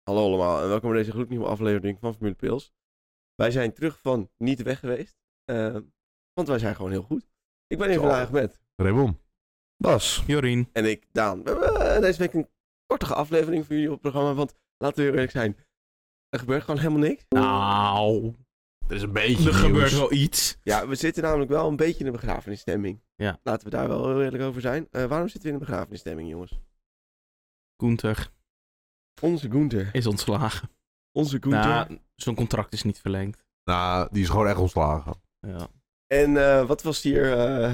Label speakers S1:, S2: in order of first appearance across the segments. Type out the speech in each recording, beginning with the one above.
S1: Hallo allemaal en welkom bij deze gloednieuwe aflevering van Formule Pils. Wij zijn terug van niet weg geweest, want wij zijn gewoon heel goed. Ik ben hier vandaag met
S2: Raymond,
S3: Bas,
S2: Jorien
S1: en ik, Daan. We hebben deze week een kortere aflevering voor jullie op het programma, want laten we heel eerlijk zijn, er gebeurt gewoon helemaal niks.
S2: Nou,
S3: er is een beetje
S2: er gebeurt wel iets.
S1: Ja, we zitten namelijk wel een beetje in de begrafenisstemming.
S2: Ja.
S1: Laten we daar wel heel eerlijk over zijn. Waarom zitten we in de begrafenisstemming, jongens?
S2: Gunther
S1: Onze Gunther.
S2: is ontslagen.
S1: Onze Gunther.
S2: Nou, zo'n contract is niet verlengd.
S3: Nou, die is gewoon echt ontslagen.
S2: Ja.
S1: En wat was hier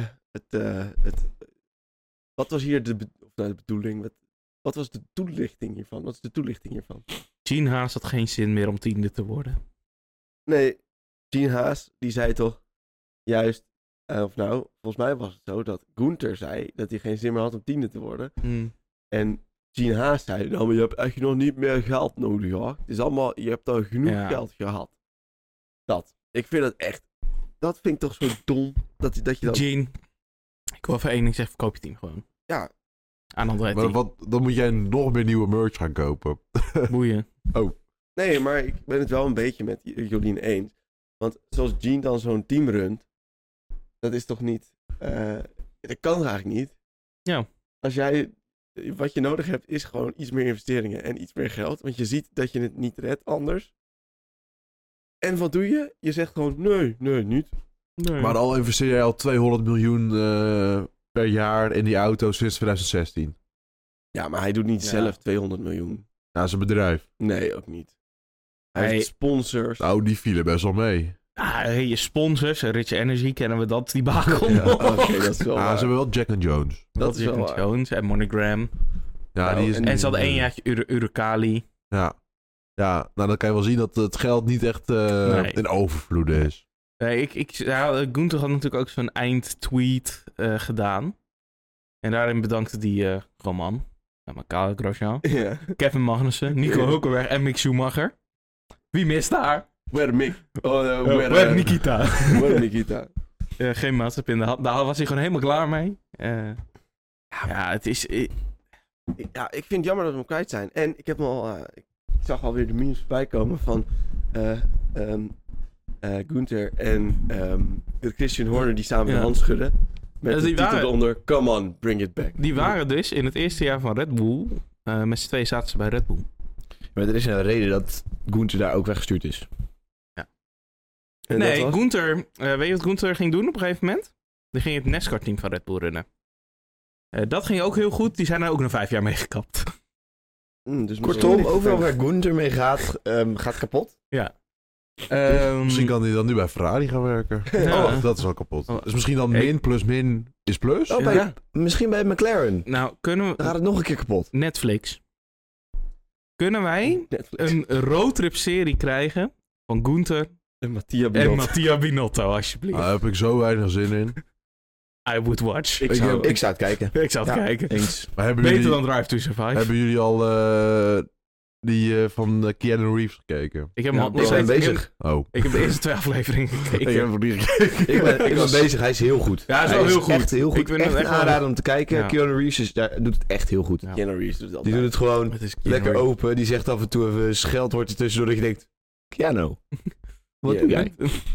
S1: wat was hier de bedoeling? Wat was de toelichting hiervan? Wat is de toelichting hiervan?
S2: Gene Haas had geen zin meer om tiende te worden.
S1: Nee, Gene Haas, die zei toch juist, volgens mij was het zo dat Gunther zei dat hij geen zin meer had om tiende te worden. En Gene Haas zei, nou, maar je hebt echt nog niet meer geld nodig, hoor. Het is allemaal, je hebt al genoeg geld gehad. Ik vind dat echt, dat vind ik toch zo dom, dat je dat...
S2: Gene, ik wil even één ding zeggen, verkoop je team gewoon.
S1: Ja.
S2: Aan Andretti.
S3: Maar dan moet jij nog meer nieuwe merch gaan kopen.
S2: Boeien.
S1: Nee, maar ik ben het wel een beetje met Jolien eens. Want zoals Gene dan zo'n team runt, dat is toch niet... dat kan eigenlijk niet.
S2: Ja.
S1: Als jij... Wat je nodig hebt is gewoon iets meer investeringen en iets meer geld. Want je ziet dat je het niet redt anders. En wat doe je? Je zegt gewoon, nee, niet. Nee.
S3: Maar al investeer jij al 200 miljoen per jaar in die auto sinds 2016.
S1: Ja, maar hij doet niet zelf 200 miljoen.
S3: Ja, zijn bedrijf.
S1: Nee, ook niet. Hij heeft sponsors.
S3: Nou, die vielen best wel mee.
S2: Je sponsors, Rich Energy, kennen we dat, die bakel.
S1: Ja, oké, dat is wel waar.
S3: Ze hebben wel Jack and Jones.
S1: Dat is wel
S2: Jack
S1: waar.
S2: Jones en Monogram.
S3: Ja,
S1: Nou,
S3: die is
S2: En ze hadden 1 jaartje Urukali.
S3: Ja, nou dan kan je wel zien dat het geld niet echt in overvloed is.
S2: Gunther had natuurlijk ook zo'n eindtweet gedaan. En daarin bedankte die Roman, Michael Grosjean,
S1: Ja.
S2: Kevin Magnussen, Nico Hulkenberg en Mick Schumacher. Wie mist daar?
S1: Where Mick?
S2: Where Nikita?
S1: Where Nikita?
S2: Geen maatschappij in de hand. Daar was hij gewoon helemaal klaar mee. Het is...
S1: Ja, ik vind het jammer dat we hem kwijt zijn. En ik heb ik zag alweer de memes voorbij komen van Gunther en Christian Horner die samen de hand schudden. Met de titel eronder, come on, bring it back.
S2: Die waren dus in het eerste jaar van Red Bull, met z'n tweeën zaten ze bij Red Bull.
S4: Maar er is een reden dat Gunther daar ook weggestuurd is.
S2: Ja.
S1: En
S2: Nee,
S1: dat was?
S2: Gunther, weet je wat Gunther ging doen op een gegeven moment? Die ging het NASCAR-team van Red Bull runnen. Dat ging ook heel goed, die zijn er ook nog 5 jaar mee gekapt.
S1: Dus
S4: Kortom, overal waar Gunther mee gaat kapot.
S2: Ja.
S3: Misschien kan hij dan nu bij Ferrari gaan werken.
S2: Ja.
S3: Oh, dat is wel kapot.
S2: Oh.
S3: Dus misschien dan min plus min is plus?
S4: Oh, misschien bij McLaren.
S2: Nou, kunnen we...
S4: Dan gaat het nog een keer kapot.
S2: Netflix. Kunnen wij
S1: Netflix.
S2: een roadtrip-serie krijgen van Gunther
S1: En Mattia
S2: en
S1: Binotto.
S2: Mattia Binotto, alsjeblieft?
S3: Daar heb ik zo weinig zin in.
S2: I would watch.
S1: Ik zou-
S4: Ik zou het kijken.
S2: Ik zou het kijken.
S4: Eens.
S3: Maar hebben
S2: Beter
S3: jullie,
S2: dan Drive to Survive.
S3: hebben jullie al die van Keanu Reeves gekeken?
S2: Ik heb hem al
S4: Ik ben bezig.
S3: Oh.
S2: Ik heb de eerste 2 afleveringen gekeken.
S3: Ik heb nog niet gekeken.
S4: Ik ben bezig. Hij is heel goed.
S2: Ja, hij is wel heel goed.
S4: Echt heel goed.
S2: Ik vind
S4: echt
S2: hem
S4: een
S2: echt wel-
S4: aanrader om te kijken.
S2: Ja.
S4: Keanu Reeves doet het echt heel goed.
S2: Ja.
S1: Keanu Reeves doet het
S4: Die
S1: altijd.
S4: doet het gewoon
S2: Het is Keanu
S4: lekker
S2: Reeves.
S4: open. Die zegt af en toe even een scheldwoordje tussendoor dat je denkt... Keanu, wat
S1: Ja,
S4: doe jij?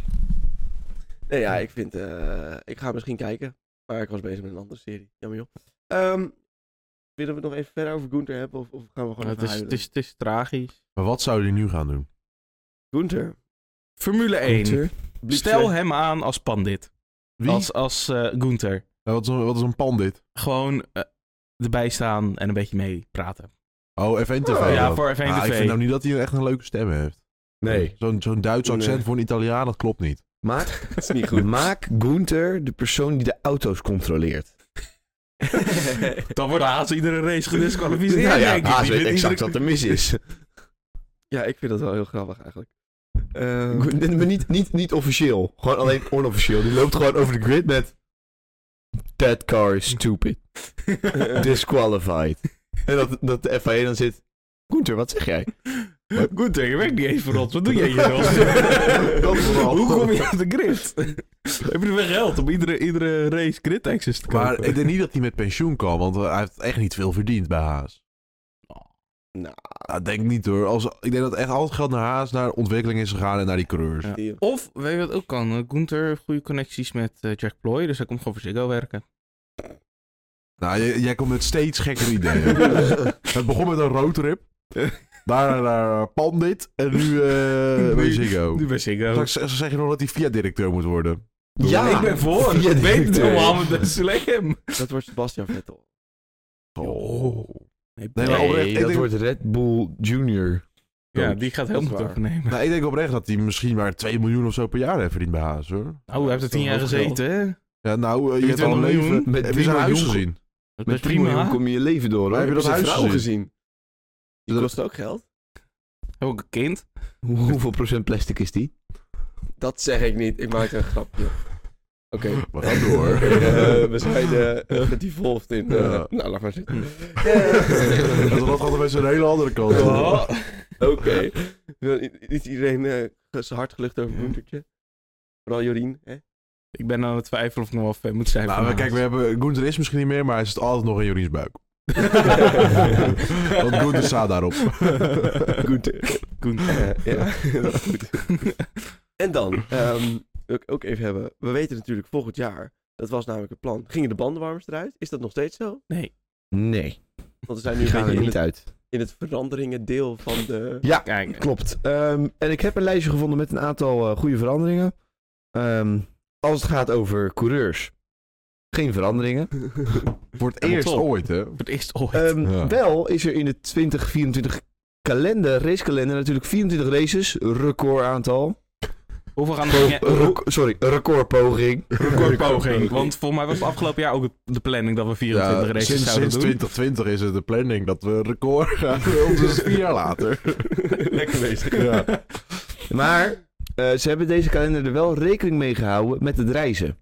S1: Nee, ja, ik vind... ik ga misschien kijken. Maar ik was bezig met een andere serie. Jammer joh. Willen we het nog even verder over Gunther hebben? Of gaan we gewoon
S2: Het
S1: even
S2: is,
S1: huilen?
S2: het is tragisch.
S3: Maar wat zou hij nu gaan doen?
S1: Gunther.
S2: Formule 1.
S4: Gunther.
S2: Stel hem aan als pandit.
S3: Wie?
S2: Als Gunther.
S3: Ja, wat is een pandit?
S2: Gewoon erbij staan en een beetje mee praten.
S3: Oh, F1 TV.
S2: Ja,
S3: dan.
S2: voor F1
S3: Ik
S2: TV.
S3: vind nou niet dat hij echt een leuke stem heeft.
S4: Nee.
S3: Zo'n Duits accent
S1: Nee.
S3: voor een Italiaan, dat klopt niet.
S4: Maak,
S1: Dat is niet goed.
S4: maak Gunther de persoon die de auto's controleert.
S2: Dan wordt Haas iedere race gedisqualificeerd.
S4: Nou ja,
S2: denk ik.
S4: Haas
S2: Die
S4: weet
S2: wint
S4: exact
S2: iedere-
S4: wat er mis is.
S1: Ja, ik vind dat wel heel grappig eigenlijk.
S4: Maar niet officieel. Gewoon alleen onofficieel. Die loopt gewoon over de grid met... That car is stupid. Disqualified. En dat de FIA dan zit... Gunther, wat zeg jij?
S2: Gunther, je werkt niet eens voor ons. Wat doe jij hier dan?
S3: Dat vooral.
S2: Hoe kom je op de grid? Heb je er weer geld om iedere race grid access te kopen?
S3: Maar ik denk niet dat hij met pensioen kan, want hij heeft echt niet veel verdiend bij Haas. Nou, denk niet hoor. Ik denk dat echt al het geld naar Haas, naar ontwikkeling is gegaan en naar die coureurs.
S2: Ja. Of, weet je wat ook kan? Gunther heeft goede connecties met Jack Ploy, dus hij komt gewoon voor Ziggo werken.
S3: Nou, jij komt met steeds gekkere ideeën. Het begon met een roadtrip. Daarna naar Pandit. En nu bij Ziggo.
S2: Nu bij Ziggo.
S3: Straks zeg je nog dat hij via-directeur moet worden.
S2: Ja, ik ben voor. Ik weet het helemaal met de Slam.
S1: Dat wordt Sebastian Vettel.
S3: Oh.
S2: Nee,
S4: dat wordt Red Bull Junior.
S2: Ja, die gaat helemaal overnemen.
S3: Nou, ik denk oprecht dat hij misschien maar 2 miljoen of zo per jaar heeft verdiend bij Haas, hoor.
S2: Nou, hij heeft er 10 jaar gezeten, hè?
S3: Ja, nou, je hebt al een
S2: 20 miljoen.
S3: leven.
S4: Met
S3: Heb je zijn
S4: 3
S3: huis
S4: miljoen
S3: gezien?
S4: Met 3 miljoen kom je je leven door, hoor.
S3: Heb je dat
S1: zijn
S3: huis
S1: vrouw
S3: gezien?
S1: gezien? Die kost ook geld.
S2: Heb ook een kind.
S4: Hoeveel procent plastic is die?
S1: Dat zeg ik niet. Ik maak een grapje. Oké.
S3: We gaan door.
S1: We zijn gedevolved in...
S3: Ja.
S1: Nou, laat maar zitten.
S3: Dat gaat altijd met een hele andere kant.
S1: Oh. Oké. Niet iedereen zijn hart gelucht over Gunthertje. Vooral Jorien, hè?
S2: Ik ben aan het twijfelen of ik nog wel fan moet zijn.
S3: Nou, kijk, Gunther is misschien niet meer, maar hij zit altijd nog in Joriens buik. Want Gunther staat daarop.
S1: Gunther. Ja, dat is goed. En dan, wil ik ook even hebben. We weten natuurlijk volgend jaar, dat was namelijk het plan. Gingen de bandenwarmers eruit? Is dat nog steeds zo?
S2: Nee.
S1: Want we zijn nu
S4: Die gaan er
S1: een
S4: niet uit.
S1: in het veranderingen deel van de...
S4: Ja,
S2: Kijk.
S4: klopt. En ik heb een lijstje gevonden met een aantal goede veranderingen. Als het gaat over coureurs, geen veranderingen.
S3: Voor het
S2: Helemaal
S3: eerst
S2: top.
S3: ooit, hè?
S2: Voor het eerst ooit.
S3: Ja.
S4: Wel is er in de 2024 racekalender natuurlijk 24 races, record aantal.
S2: Hoeveel gaan er
S4: Recordpoging.
S2: recordpoging? Want volgens mij was het afgelopen jaar ook de planning dat we 24 races zouden
S3: sinds
S2: doen.
S3: 2020 is het de planning dat we een record gaan. Dus 4 jaar later.
S1: Lekker bezig.
S3: Ja.
S4: Maar ze hebben deze kalender er wel rekening mee gehouden met het reizen.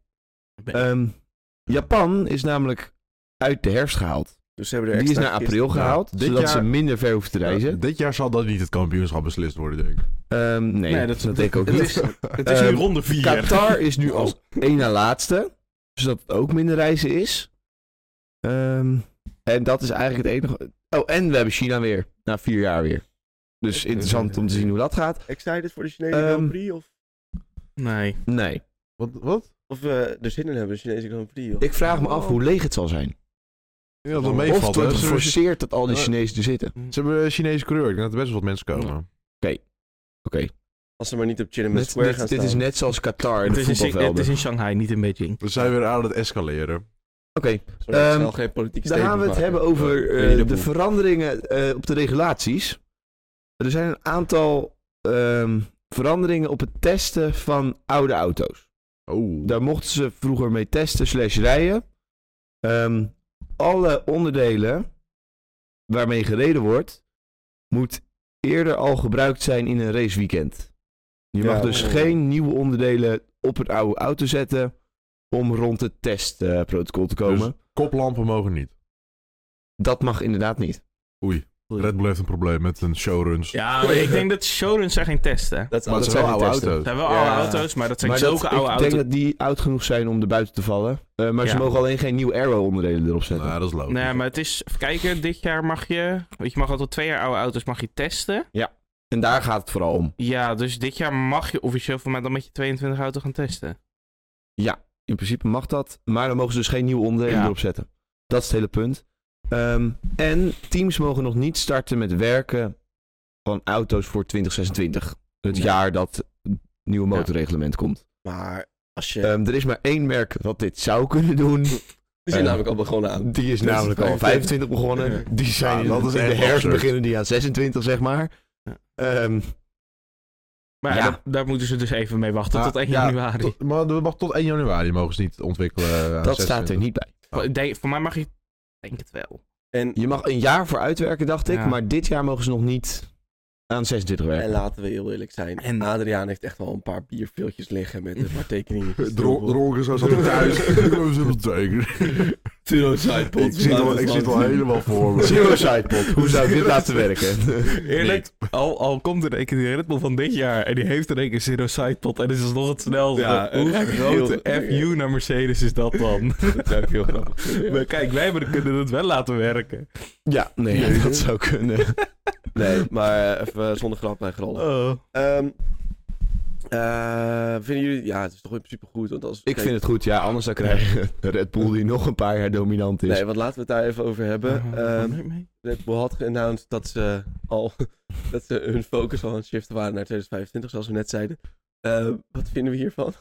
S4: Japan is namelijk uit de herfst gehaald.
S1: Dus ze hebben er
S4: Die is
S1: extra
S4: naar april gehaald,
S3: dit
S4: zodat
S3: jaar-
S4: ze minder ver hoeven te reizen.
S3: Ja, dit jaar zal dat niet het kampioenschap beslist worden, denk ik.
S4: Nee, dat denk ik ook
S2: het
S4: niet.
S2: is, het is nu ronde 4.
S4: Qatar is nu als één na laatste, zodat het ook minder reizen is. En dat is eigenlijk het enige... Oh, en we hebben China weer, na 4 jaar weer. Dus interessant om te zien hoe dat gaat.
S1: Excited voor de Chinese Grand Prix? Of
S2: Nee.
S3: Wat?
S1: of we er zin in hebben, de Chinese Grand Prix? Of?
S4: Ik vraag me af hoe leeg het zal zijn.
S3: Ja, dat
S4: Of
S3: meevalt.
S4: het
S3: hè.
S4: wordt
S3: Ze
S4: geforceerd dat al die Chinezen er zitten.
S3: hebben een Chinese coureur. Ik denk dat er best wel wat mensen komen.
S4: Oké.
S1: Als ze maar niet op Tiananmen Square gaan
S4: Dit
S1: staan.
S4: is net zoals Qatar in
S2: Het
S4: de
S2: is, het
S4: voetbalvelden.
S2: is in Shanghai, niet in Beijing.
S3: We zijn weer aan het escaleren.
S4: Oké,
S1: Sorry, ik zal geen politieke
S4: dan gaan we het
S1: statement
S4: hebben
S1: maken.
S4: over
S1: Winnie de
S4: de
S1: Pooh.
S4: veranderingen op de regulaties. Er zijn een aantal veranderingen op het testen van oude auto's.
S3: Oh.
S4: Daar mochten ze vroeger mee testen / rijden. Alle onderdelen waarmee gereden wordt, moet eerder al gebruikt zijn in een raceweekend. Je mag dus geen nieuwe onderdelen op een oude auto zetten om rond het testprotocol te komen.
S3: Dus koplampen mogen niet.
S4: Dat mag inderdaad niet.
S3: Oei. Red Bull heeft een probleem met een showruns.
S2: Ja, maar ik denk dat showruns zijn geen testen.
S1: Dat
S3: Maar het zijn wel oude auto's.
S2: Het zijn wel
S1: Ja.
S2: oude auto's, maar dat zijn zulke oude
S4: ik
S2: auto's.
S4: denk dat die oud genoeg zijn om er buiten te vallen. Maar ze
S2: Ja.
S4: mogen alleen geen nieuwe aero-onderdelen erop zetten.
S3: Nou, dat is logisch.
S2: Nee, maar het is... Even kijken, dit jaar mag je... Weet je, mag al tot 2 jaar oude auto's mag je testen.
S4: En daar gaat het vooral om.
S2: Ja, dus dit jaar mag je officieel voor mij dan met je 22 auto gaan testen.
S4: Ja, in principe mag dat. Maar dan mogen ze dus geen nieuwe onderdelen erop zetten. Dat is het hele punt. En teams mogen nog niet starten met werken van auto's voor 2026. Het jaar dat het nieuwe motorreglement komt.
S1: Maar als je...
S4: Er is maar 1 merk dat dit zou kunnen doen.
S1: die zijn namelijk al begonnen aan.
S4: Die is namelijk al 25 begonnen.
S1: Ja.
S4: Die zijn
S3: Ja, dat is
S4: in de
S3: echt
S4: herfst
S3: absurd.
S4: beginnen die aan 26, zeg maar.
S2: Maar
S4: Ja.
S2: ja, daar moeten ze dus even mee wachten tot 1
S3: Ja,
S2: januari.
S3: Maar we mag tot 1 januari mogen ze niet ontwikkelen. aan
S4: Dat
S3: 26.
S4: staat er niet bij.
S2: Voor mij mag je... denk het wel.
S1: En,
S4: Je mag een jaar voor uitwerken, dacht ik.
S2: Ja.
S4: Maar dit jaar mogen ze nog niet aan 26 werken.
S1: en laten we heel eerlijk zijn.
S2: En-
S1: Adriaan heeft echt wel een paar bierveeltjes liggen met een paar tekeningen.
S3: Dronken zo zat ik thuis. Ik wil ze even tekenen.
S1: Zero sidepod.
S3: Ik zie het wel helemaal voor me.
S4: Zero sidepod. Hoe zou ik dit laten werken?
S2: Eerlijk, al komt er een keer die Red Bull van dit jaar en die heeft er een keer Zero sidepod en dit is nog het snelste.
S1: Ja,
S2: Hoe
S1: echt
S2: grote
S1: heel-
S2: FU naar Mercedes is dat dan?
S1: Dat zou ik heel grappig vinden.
S2: Maar kijk, wij kunnen het wel laten werken.
S4: Ja, nee, dat zou kunnen.
S1: Nee, maar even zonder grap en grollen.
S2: Oh.
S1: Vinden jullie... Ja, het is toch in principe goed. Want als,
S4: Ik vind het goed, ja. Anders dan krijg je een Red Bull die nog een paar jaar dominant is.
S1: Nee, want laten we het daar even over hebben. Red Bull had geannounced dat ze hun focus al aan het shiften waren naar 2025, zoals we net zeiden. Wat vinden we hiervan?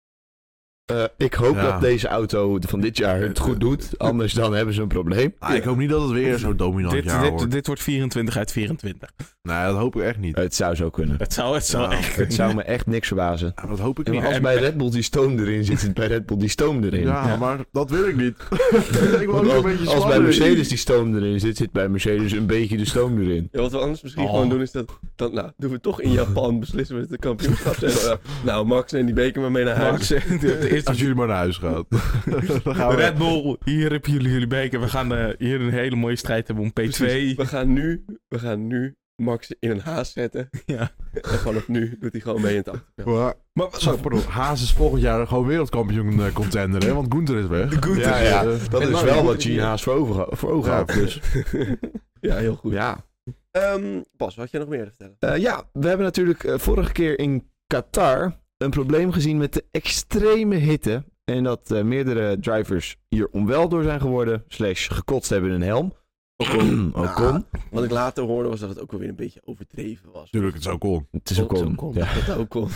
S4: Ik hoop
S3: Ja.
S4: dat deze auto van dit jaar het goed doet. Anders dan hebben ze een probleem.
S3: Ik hoop niet dat het weer zo'n dominant jaar wordt.
S2: Dit wordt 24 uit 24.
S3: Nee, dat hoop ik echt niet.
S4: Het zou zo kunnen.
S2: Het zou echt
S4: Het zou me echt niks verbazen.
S3: Ja, dat hoop ik
S4: En
S3: niet.
S4: als bij Red Bull die stoom erin zit, zit bij Red Bull die stoom erin.
S3: Ja, maar dat wil ik niet. Ik wil ook
S4: Want
S3: een beetje
S4: als bij
S3: spanning.
S4: Mercedes die stoom erin zit, zit bij Mercedes een beetje de stoom erin.
S1: Ja, wat we anders misschien gewoon doen is dat... Dan doen we toch in Japan beslissen we het kampioenschap. Nou, Max neem die beker maar mee naar huis.
S2: Max, de eerste
S3: Als jullie maar naar huis gaan. Dan gaan we.
S2: Red Bull, hier hebben jullie beker. We gaan hier een hele mooie strijd hebben om P2.
S1: Precies. We gaan nu Max in een haas zetten.
S2: Ja.
S1: En vanaf nu doet hij gewoon mee in het achterveld.
S3: Maar zo, pardon, Haas is volgend jaar gewoon wereldkampioen contender, hè? Want Gunther is weg.
S4: Ja, dat
S1: En
S4: is
S1: dan
S4: wel
S1: moet
S4: wat
S1: ik
S4: Gene
S1: niet-
S4: Haas voor ogen had. Dus.
S1: Ja, heel goed.
S4: Ja.
S1: Bas, wat had je nog meer te vertellen?
S4: Ja, we hebben natuurlijk vorige keer in Qatar een probleem gezien met de extreme hitte. En dat meerdere drivers hier onwel door zijn geworden. / gekotst hebben in een helm. Ocon.
S1: Wat ik later hoorde was dat het ook wel weer een beetje overdreven was.
S3: Tuurlijk, het zo kon.
S4: Het is Ocon. Ja.
S1: Dat ook kon.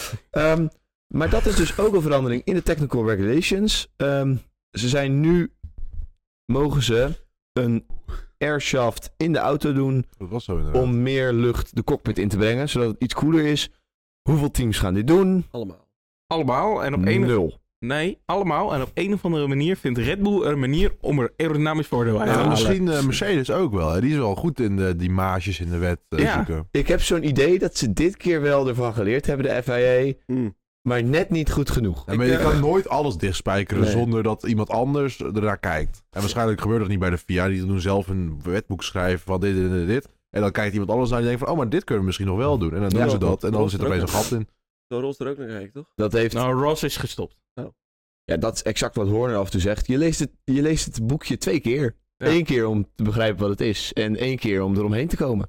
S4: Maar dat is dus ook een verandering in de technical regulations. Ze zijn nu... Mogen ze een airshaft in de auto doen
S3: Dat was zo inderdaad.
S4: om meer lucht de cockpit in te brengen, zodat het iets koeler is. Hoeveel teams gaan dit doen?
S1: Allemaal.
S2: Allemaal. En op
S4: 0.
S2: Nee, allemaal. En op een of andere manier vindt Red Bull er een manier om er aerodynamisch voordeel uit te
S3: Ja,
S2: halen.
S3: misschien Mercedes ook wel. Hè? Die is wel goed in die maasjes in de wet
S2: Ja.
S3: zoeken.
S4: Ik heb zo'n idee dat ze dit keer wel ervan geleerd hebben, de FIA. Maar net niet goed genoeg.
S3: Ja, maar je kan nooit alles dichtspijkeren
S1: Nee.
S3: zonder dat iemand anders ernaar kijkt. En waarschijnlijk gebeurt dat niet bij de FIA. Die doen zelf een wetboek schrijven van dit en dit. En dan kijkt iemand anders naar en denkt van... Oh, maar dit kunnen we misschien nog wel doen. En dan doen
S4: Ja,
S3: ze dat. En dan
S1: dat
S3: zit er
S1: is
S3: opeens een
S1: ook
S3: gat in.
S1: Zo rolt er ook naar kijken, toch?
S4: Dat heeft...
S2: Nou, Ross is gestopt.
S4: Ja, dat is exact wat Horner af en toe zegt. Je leest het boekje 2 keer.
S2: Ja.
S4: 1 keer om te begrijpen wat het is. En 1 keer om eromheen te komen.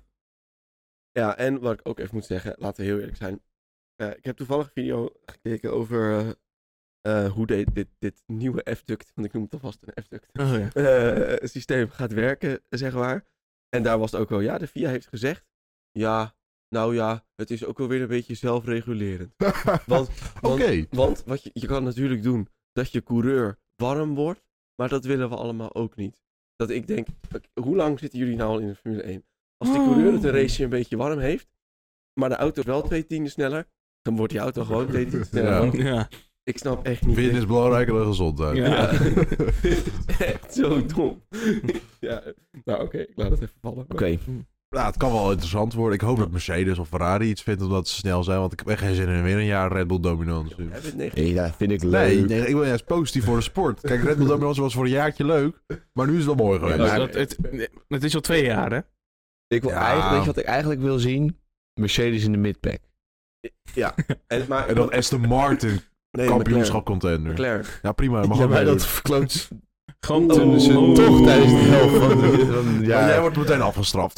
S1: Ja, en wat ik ook even moet zeggen, laten we heel eerlijk zijn. Ik heb toevallig een video gekeken over hoe dit nieuwe F-duct, want ik noem het alvast een F-duct,
S2: Oh, ja.
S1: systeem gaat werken, zeg maar. En daar was het ook wel, ja, de FIA heeft gezegd, ja, nou ja, het is ook wel weer een beetje zelfregulerend. Want
S3: Oké.
S1: want wat je kan natuurlijk doen, dat je coureur warm wordt, maar dat willen we allemaal ook niet. Dat ik denk, hoe lang zitten jullie nou al in de Formule 1? Als die coureur het een raceje een beetje warm heeft, maar de auto is wel 2 tienden sneller, dan wordt die auto gewoon 2 tienden sneller.
S3: Ja.
S1: Want
S2: Ja.
S1: Ik snap echt niet.
S3: Wind is belangrijker dan gezondheid.
S2: Ja.
S1: Echt zo dom. Ja, nou oké, ik laat het even vallen.
S4: Oké.
S3: Ja, het kan wel interessant worden. Ik hoop dat Mercedes of Ferrari iets vindt omdat ze snel zijn. Want ik heb echt geen zin in weer een jaar Red Bull dominantie.
S1: Hebben we het negatief?
S4: Nee, dat vind ik
S3: Nee,
S4: leuk.
S3: nee, ik ben juist positief voor de sport. Kijk, Red Bull dominantie was voor een jaartje leuk. Maar nu is het wel mooi geweest.
S2: Dus
S1: maar-
S2: het is al 2 jaar, hè?
S4: Ik wil
S3: Ja.
S4: eigenlijk, weet je wat ik eigenlijk wil zien? Mercedes in de midpack.
S1: Ja. Maar,
S3: En dan Aston Martin,
S1: nee,
S3: kampioenschap contender.
S1: McLaren.
S3: Ja, prima. Mag
S4: Ja,
S3: ook
S4: maar
S3: meedoen.
S4: dat verkloot
S2: Gewoon
S4: toen ze toch tijdens de helft van
S3: Maar
S4: ja.
S3: jij wordt meteen afgestraft.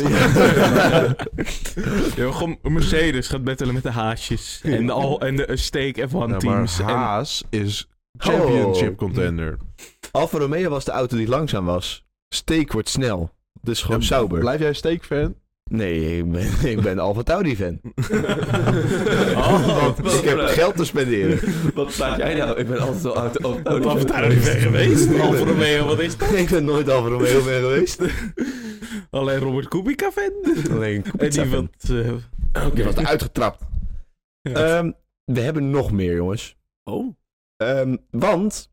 S2: Ja, gewoon Mercedes gaat battelen met de haasjes. En de Steak F1
S3: Ja, maar
S2: teams.
S3: Haas is championship contender.
S4: Alfa Romeo was de auto die langzaam was. Steak wordt snel. Dus gewoon
S3: Ja,
S4: sauber.
S3: Blijf jij steak-fan?
S4: Nee, ik ben Alfa Tauri fan.
S2: Oh,
S4: Ik heb geld te spenderen.
S1: Wat staat jij nou? Ik ben altijd zo auto.
S2: Wat ben daar even geweest? Alfa Romeo, wat is dat?
S4: Ik ben nooit Alfa Romeo fan geweest.
S2: Alleen Robert Kubica fan.
S4: Alleen
S2: En die
S4: fan. Die was eruit getrapt.
S2: Ja.
S4: We hebben nog meer, jongens.
S1: Oh.
S4: Want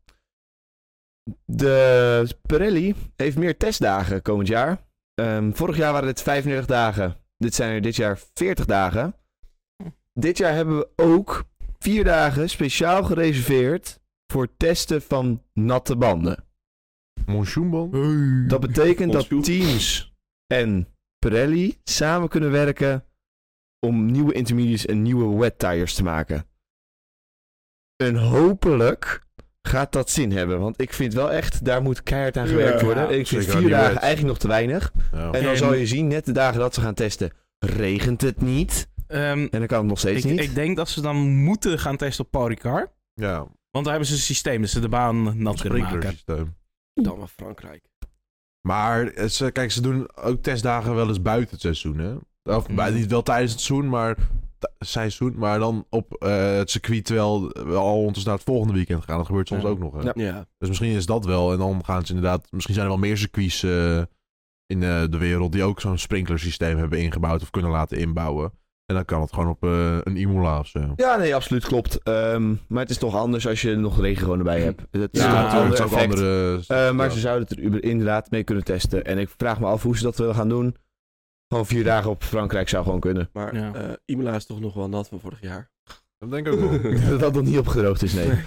S4: de Pirelli heeft meer testdagen komend jaar. Vorig jaar waren het 35 dagen. Dit zijn er dit jaar 40 dagen. Dit jaar hebben we ook 4 dagen speciaal gereserveerd voor testen van natte banden.
S3: Monsoonband?
S4: Dat betekent dat
S1: Monsoon.
S4: teams en Pirelli samen kunnen werken om nieuwe intermediates en nieuwe wet tires te maken. En hopelijk gaat dat zin hebben. Want ik vind wel echt, daar moet keihard aan gewerkt
S1: Ja,
S4: worden. Ik vind
S3: zeker
S4: 4
S3: die
S4: dagen
S3: wet.
S4: eigenlijk nog te weinig.
S3: Ja.
S4: En dan
S2: En-
S4: zal je zien, net de dagen dat ze gaan testen, regent het niet. En dan kan het nog steeds niet.
S2: Ik denk dat ze dan moeten gaan testen op Paul Ricard.
S3: Ja,
S2: Want daar hebben ze een systeem dat ze de baan nat kunnen maken.
S3: sprinklersysteem.
S1: Dan maar Frankrijk.
S3: Maar kijk, ze doen ook testdagen wel eens buiten het seizoen, hè? Of niet wel tijdens het seizoen, maar dan op het circuit, terwijl we al ondertussen naar het volgende weekend gaan. Dat gebeurt soms
S2: Ja.
S3: ook nog, hè?
S4: Ja.
S1: Ja.
S3: Dus misschien is dat wel. En dan gaan ze inderdaad... Misschien zijn er wel meer circuits in de wereld die ook zo'n sprinklersysteem hebben ingebouwd of kunnen laten inbouwen. En dan kan het gewoon op een Imola of zo.
S4: Ja, nee, absoluut klopt. Maar het is toch anders als je nog regen gewoon erbij hebt. Dat is toch
S3: Ja,
S4: een
S3: natuurlijk.
S4: ander
S3: Het is ook
S4: effect.
S3: andere...
S4: Maar
S3: ja.
S4: ze zouden het er inderdaad mee kunnen testen. En ik vraag me af hoe ze dat willen gaan doen. Gewoon 4 dagen op Frankrijk zou gewoon kunnen.
S1: Maar
S2: Ja.
S1: Imola is toch nog wel nat van vorig jaar.
S3: Dat denk ik ook wel.
S4: Dat dat nog niet opgedroogd is, nee.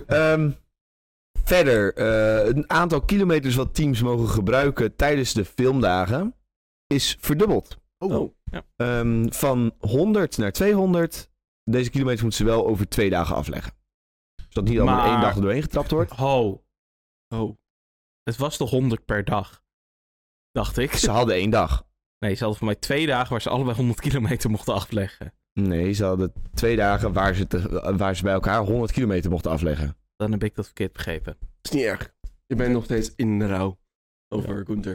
S4: Verder, een aantal kilometers wat teams mogen gebruiken tijdens de filmdagen is verdubbeld.
S1: Oh.
S4: Van 100 naar 200. Deze kilometers moeten ze wel over 2 dagen afleggen. Zodat niet allemaal in
S2: Maar-
S4: 1 dag er doorheen getrapt wordt.
S2: Ho,
S1: Oh.
S2: het was toch 100 per dag? Dacht ik.
S4: Ze hadden 1 dag.
S2: Nee, ze hadden voor mij 2 dagen waar ze allebei 100 kilometer mochten afleggen.
S4: Nee, ze hadden 2 dagen waar ze bij elkaar 100 kilometer mochten afleggen.
S2: Dan heb ik dat verkeerd begrepen.
S1: Is niet erg. Je bent nog steeds in de rouw over Gunther.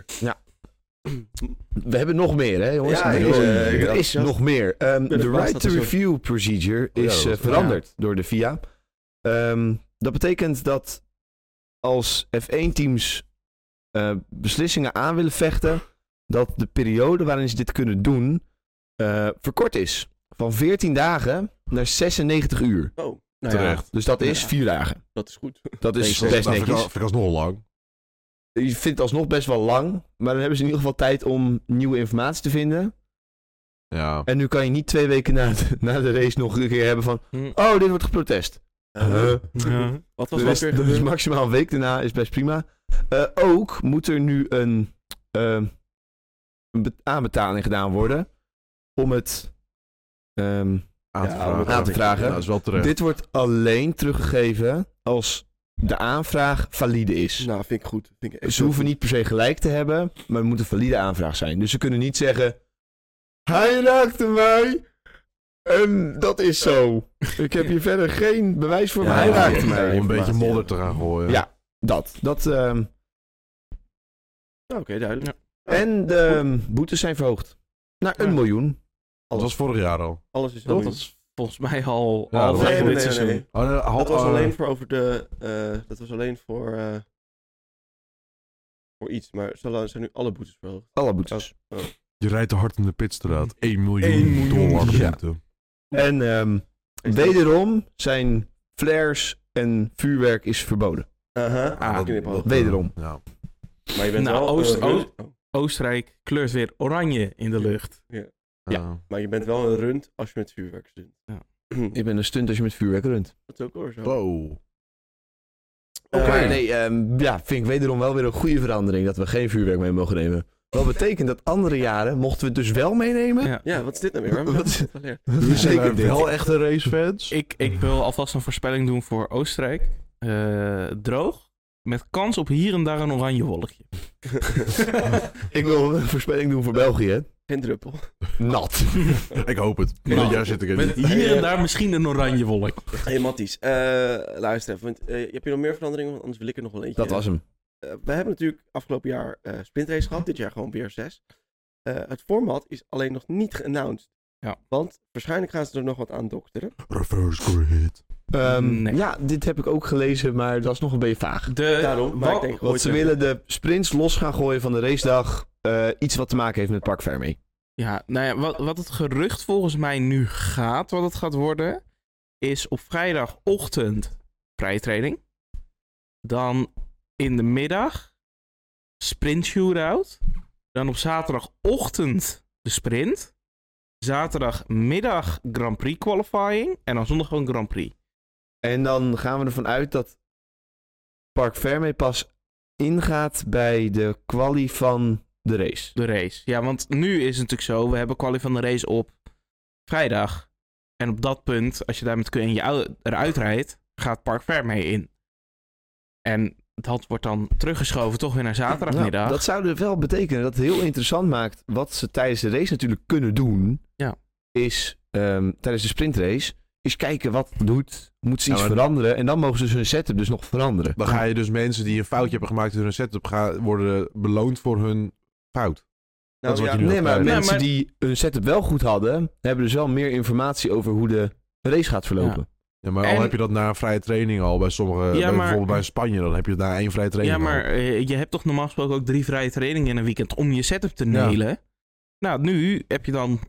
S4: We hebben nog meer, hè jongens?
S1: Ja,
S4: er
S1: ik
S4: is,
S1: ben
S4: er is
S1: enthousiast.
S4: nog meer. De
S1: verbaasd
S4: right
S1: dat
S4: to
S1: er zo-
S4: review procedure
S3: ja,
S4: is
S3: dat is-
S4: veranderd door de FIA. Dat betekent dat als F1-teams beslissingen aan willen vechten, dat de periode waarin ze dit kunnen doen verkort is. Van 14 dagen naar 96 uur.
S1: Oh. Nou
S3: Terecht.
S4: Dus dat is
S1: Ja.
S4: 4 dagen.
S1: Dat is goed.
S4: Dat is
S3: Dat
S4: best
S3: vind ik
S4: netjes.
S3: alsnog lang.
S4: Je vindt het alsnog best wel lang, maar dan hebben ze in ieder geval tijd om nieuwe informatie te vinden.
S3: Ja.
S4: En nu kan je niet 2 weken na de race nog een keer hebben van, oh, dit wordt geprotest.
S1: Wat was
S4: Dus
S1: dat weer
S4: dat is
S1: gebeurd?
S4: maximaal een week daarna, is best prima. Ook moet er nu een aanbetaling gedaan worden om het... aan te vragen.
S3: Ja, dat is wel terecht.
S4: Dit wordt alleen teruggegeven als de aanvraag valide is.
S1: Nou, vind ik goed. Vind ik echt
S4: Ze hoeven niet per se gelijk te hebben, maar het moet een valide aanvraag zijn. Dus ze kunnen niet zeggen, hij raakte mij en dat is zo. Ik heb hier verder geen bewijs voor, maar hij raakte
S3: Om
S4: mij.
S3: een beetje
S1: informatie,
S3: modder
S1: ja.
S3: te gaan gooien.
S4: Ja. Dat.
S1: Oké, duidelijk.
S4: En de boetes zijn verhoogd naar 1 miljoen.
S3: Dat was vorig jaar al.
S1: Alles is
S2: Dat
S1: al
S2: was volgens mij al
S3: Ja, dat was-
S2: halverwege
S1: Nee,
S2: dit
S1: nee,
S2: seizoen.
S1: nee.
S3: Oh,
S1: Dat was alleen voor over de... dat was alleen voor iets. Maar zijn nu alle boetes verhoogd.
S4: Alle boetes.
S3: Je rijdt te hard in de pitstraat. 1 miljoen,
S2: 1 miljoen,
S3: dollar
S4: ja.
S3: boete.
S4: En wederom zijn flares en vuurwerk is verboden.
S1: Ah, knipoog.
S4: Wederom.
S3: Ja.
S1: Maar je bent
S2: Nou,
S1: wel...
S2: Oost- Oostenrijk kleurt weer oranje in de lucht.
S4: Ja.
S1: Maar je bent wel een rund als je met vuurwerk stunt.
S2: Ja.
S4: Ik ben een stunt als je met vuurwerk runt.
S1: Dat is ook hoor zo.
S3: Wow.
S4: Maar nee, vind ik wederom wel weer een goede verandering dat we geen vuurwerk mee mogen nemen. Wat betekent dat andere jaren mochten we het dus wel meenemen?
S2: Ja.
S1: Ja, wat is dit nou weer?
S4: Wat is-
S1: Wat geleerd?
S3: Jullie zijn
S4: Zeker
S3: daar
S4: dit.
S3: wel echte racefans?
S2: Ik wil alvast een voorspelling doen voor Oostenrijk. Droog. Met kans op hier en daar een oranje wolkje.
S4: Ik wil een voorspelling doen voor België.
S1: Geen druppel.
S4: Nat.
S3: Ik hoop het.
S2: Nou,
S3: Dat jaar zit ik er
S2: Met
S3: niet.
S2: hier en daar misschien een oranje wolk.
S1: Hey Matties, luister even. Want, heb je nog meer veranderingen? Want anders wil ik er nog wel eentje.
S4: Dat was hem.
S1: We hebben natuurlijk afgelopen jaar sprintrace gehad. Dit jaar gewoon weer 6. Het format is alleen nog niet geannounced.
S2: Ja.
S1: Want waarschijnlijk gaan ze er nog wat aan dokteren.
S3: Reverse grid.
S2: Nee.
S4: Ja, dit heb ik ook gelezen, maar dat is nog een beetje vaag.
S1: Daarom, maar ik denk
S4: Want ze willen de sprints los gaan gooien van de racedag. Iets wat te maken heeft met Park Fermé.
S2: Ja, nou ja, wat het gerucht volgens mij nu gaat, wat het gaat worden, is op vrijdagochtend vrije training. Dan in de middag sprint shootout. Dan op zaterdagochtend de sprint. Zaterdagmiddag Grand Prix qualifying. En dan zondag gewoon Grand Prix.
S4: En dan gaan we ervan uit dat Park Fermé pas ingaat bij de quali van de race.
S2: De race. Ja, want nu is het natuurlijk zo, we hebben quali van de race op vrijdag. En op dat punt, als je daar met Q1 eruit rijdt, gaat Parc Fermé in. En dat wordt dan teruggeschoven toch weer naar zaterdagmiddag.
S4: Nou, dat zou dus wel betekenen dat het heel interessant maakt wat ze tijdens de race natuurlijk kunnen doen.
S2: Ja.
S4: Is tijdens de sprintrace, is kijken wat doet. Moet ze iets veranderen en dan mogen ze hun setup dus nog veranderen.
S3: Dan ga je dus mensen die een foutje hebben gemaakt in hun setup worden beloond voor hun fout.
S1: Nou,
S4: maar mensen die hun setup wel goed hadden, hebben dus wel meer informatie over hoe de race gaat verlopen.
S3: Ja, maar al heb je dat na een vrije training al bij sommige, bijvoorbeeld bij Spanje, dan heb je daar 1 vrije training.
S2: Ja, maar je hebt toch normaal gesproken ook 3 vrije trainingen in een weekend om je setup te nailen. Ja. Nou, nu heb je dan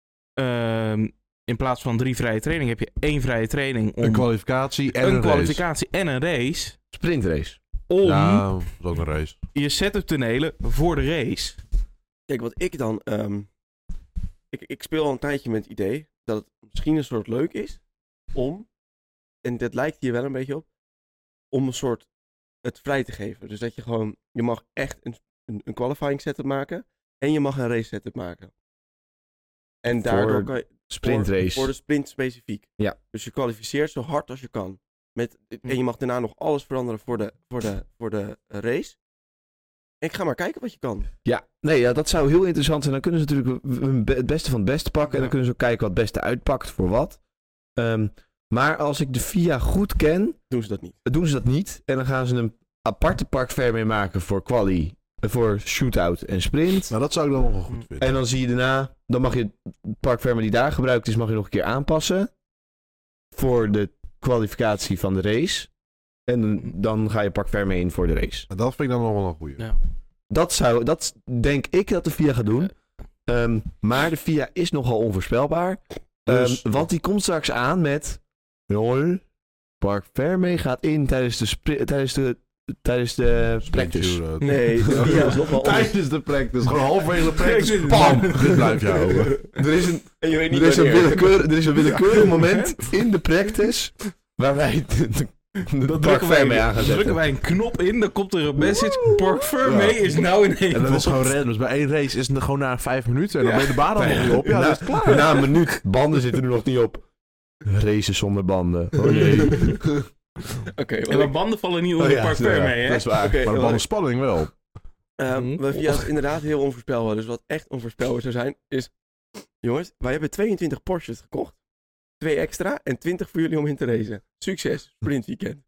S2: in plaats van 3 vrije trainingen, heb je 1 vrije training om
S3: een kwalificatie en een
S2: kwalificatie en een race.
S4: Sprintrace.
S2: Om
S3: dat is ook een race.
S2: Je setup te nailen voor de race.
S1: Kijk, wat ik dan... Ik speel al een tijdje met het idee dat het misschien een soort leuk is om, en dat lijkt hier wel een beetje op, om een soort het vrij te geven. Dus dat je gewoon, je mag echt een qualifying setup maken en je mag een race setup maken. En daardoor kan je...
S4: Sprintrace.
S1: Voor de sprint specifiek.
S4: Ja.
S1: Dus je kwalificeert zo hard als je kan. En je mag daarna nog alles veranderen voor de race. En ik ga maar kijken wat je kan.
S4: Ja, dat zou heel interessant zijn. Dan kunnen ze natuurlijk het beste van het beste pakken. En dan kunnen ze ook kijken wat het beste uitpakt voor wat. Maar als ik de FIA goed ken...
S1: Doen ze dat niet.
S4: En dan gaan ze een aparte Parc Fermé maken voor quali, voor shootout en sprint.
S3: Nou, dat zou ik dan nog wel goed vinden.
S4: En dan zie je daarna... Dan mag je het Parc Fermé die daar gebruikt is, mag je nog een keer aanpassen. Voor de kwalificatie van de race. En dan ga je Parc Fermé in voor de race.
S3: Dat vind ik dan nog wel een goeie.
S2: Ja.
S4: Dat denk ik dat de FIA gaat doen. Maar de FIA is nogal onvoorspelbaar. Want die komt straks aan met... Parc Fermé gaat in tijdens de practice.
S1: Nee, de FIA is nog wel
S3: tijdens de practice. Gewoon halverwege de practice. Bam! Dit blijf je houden.
S4: Er is een willekeurig moment in de practice waar wij de Parc Fermé aan gaan zetten.
S2: Drukken wij een knop in, dan komt er een message. Parc Fermé is nou in één.
S3: En dat is gewoon random. Dus bij 1 race is het gewoon na 5 minuten. En dan ben je de baan al nog niet op. Ja, dat is klaar.
S4: Na een minuut. Banden zitten er nog niet op. Races zonder banden. Oh nee.
S2: Maar banden vallen niet onder Parc Fermé, hè?
S4: Dat is waar.
S3: Maar de bandenspanning wel.
S1: Mijn FIA is inderdaad heel onvoorspelbaar. Dus wat echt onvoorspelbaar zou zijn, is... Jongens, wij hebben 22 Porsches gekocht. 2 extra en 20 voor jullie om in te racen. Succes, sprintweekend.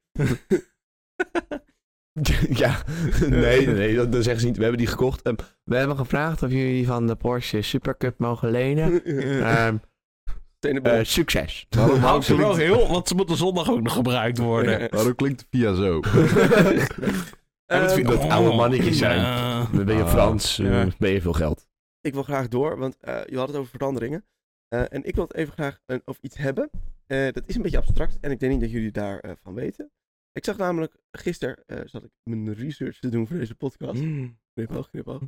S4: Ja, nee, dat zeggen ze niet. We hebben die gekocht. We hebben gevraagd of jullie van de Porsche Supercup mogen lenen. Succes.
S2: Houdt ze wel heel, want ze moeten zondag ook nog gebruikt worden.
S3: Waarom klinkt de FIA zo?
S4: Dat oude mannetjes zijn. Dan ben je Frans, ben je veel geld.
S1: Ik wil graag door, want je had het over veranderingen. En ik wil het even graag over iets hebben. Dat is een beetje abstract en ik denk niet dat jullie daarvan weten. Ik zag namelijk, gisteren zat ik mijn research te doen voor deze podcast. Knipoog.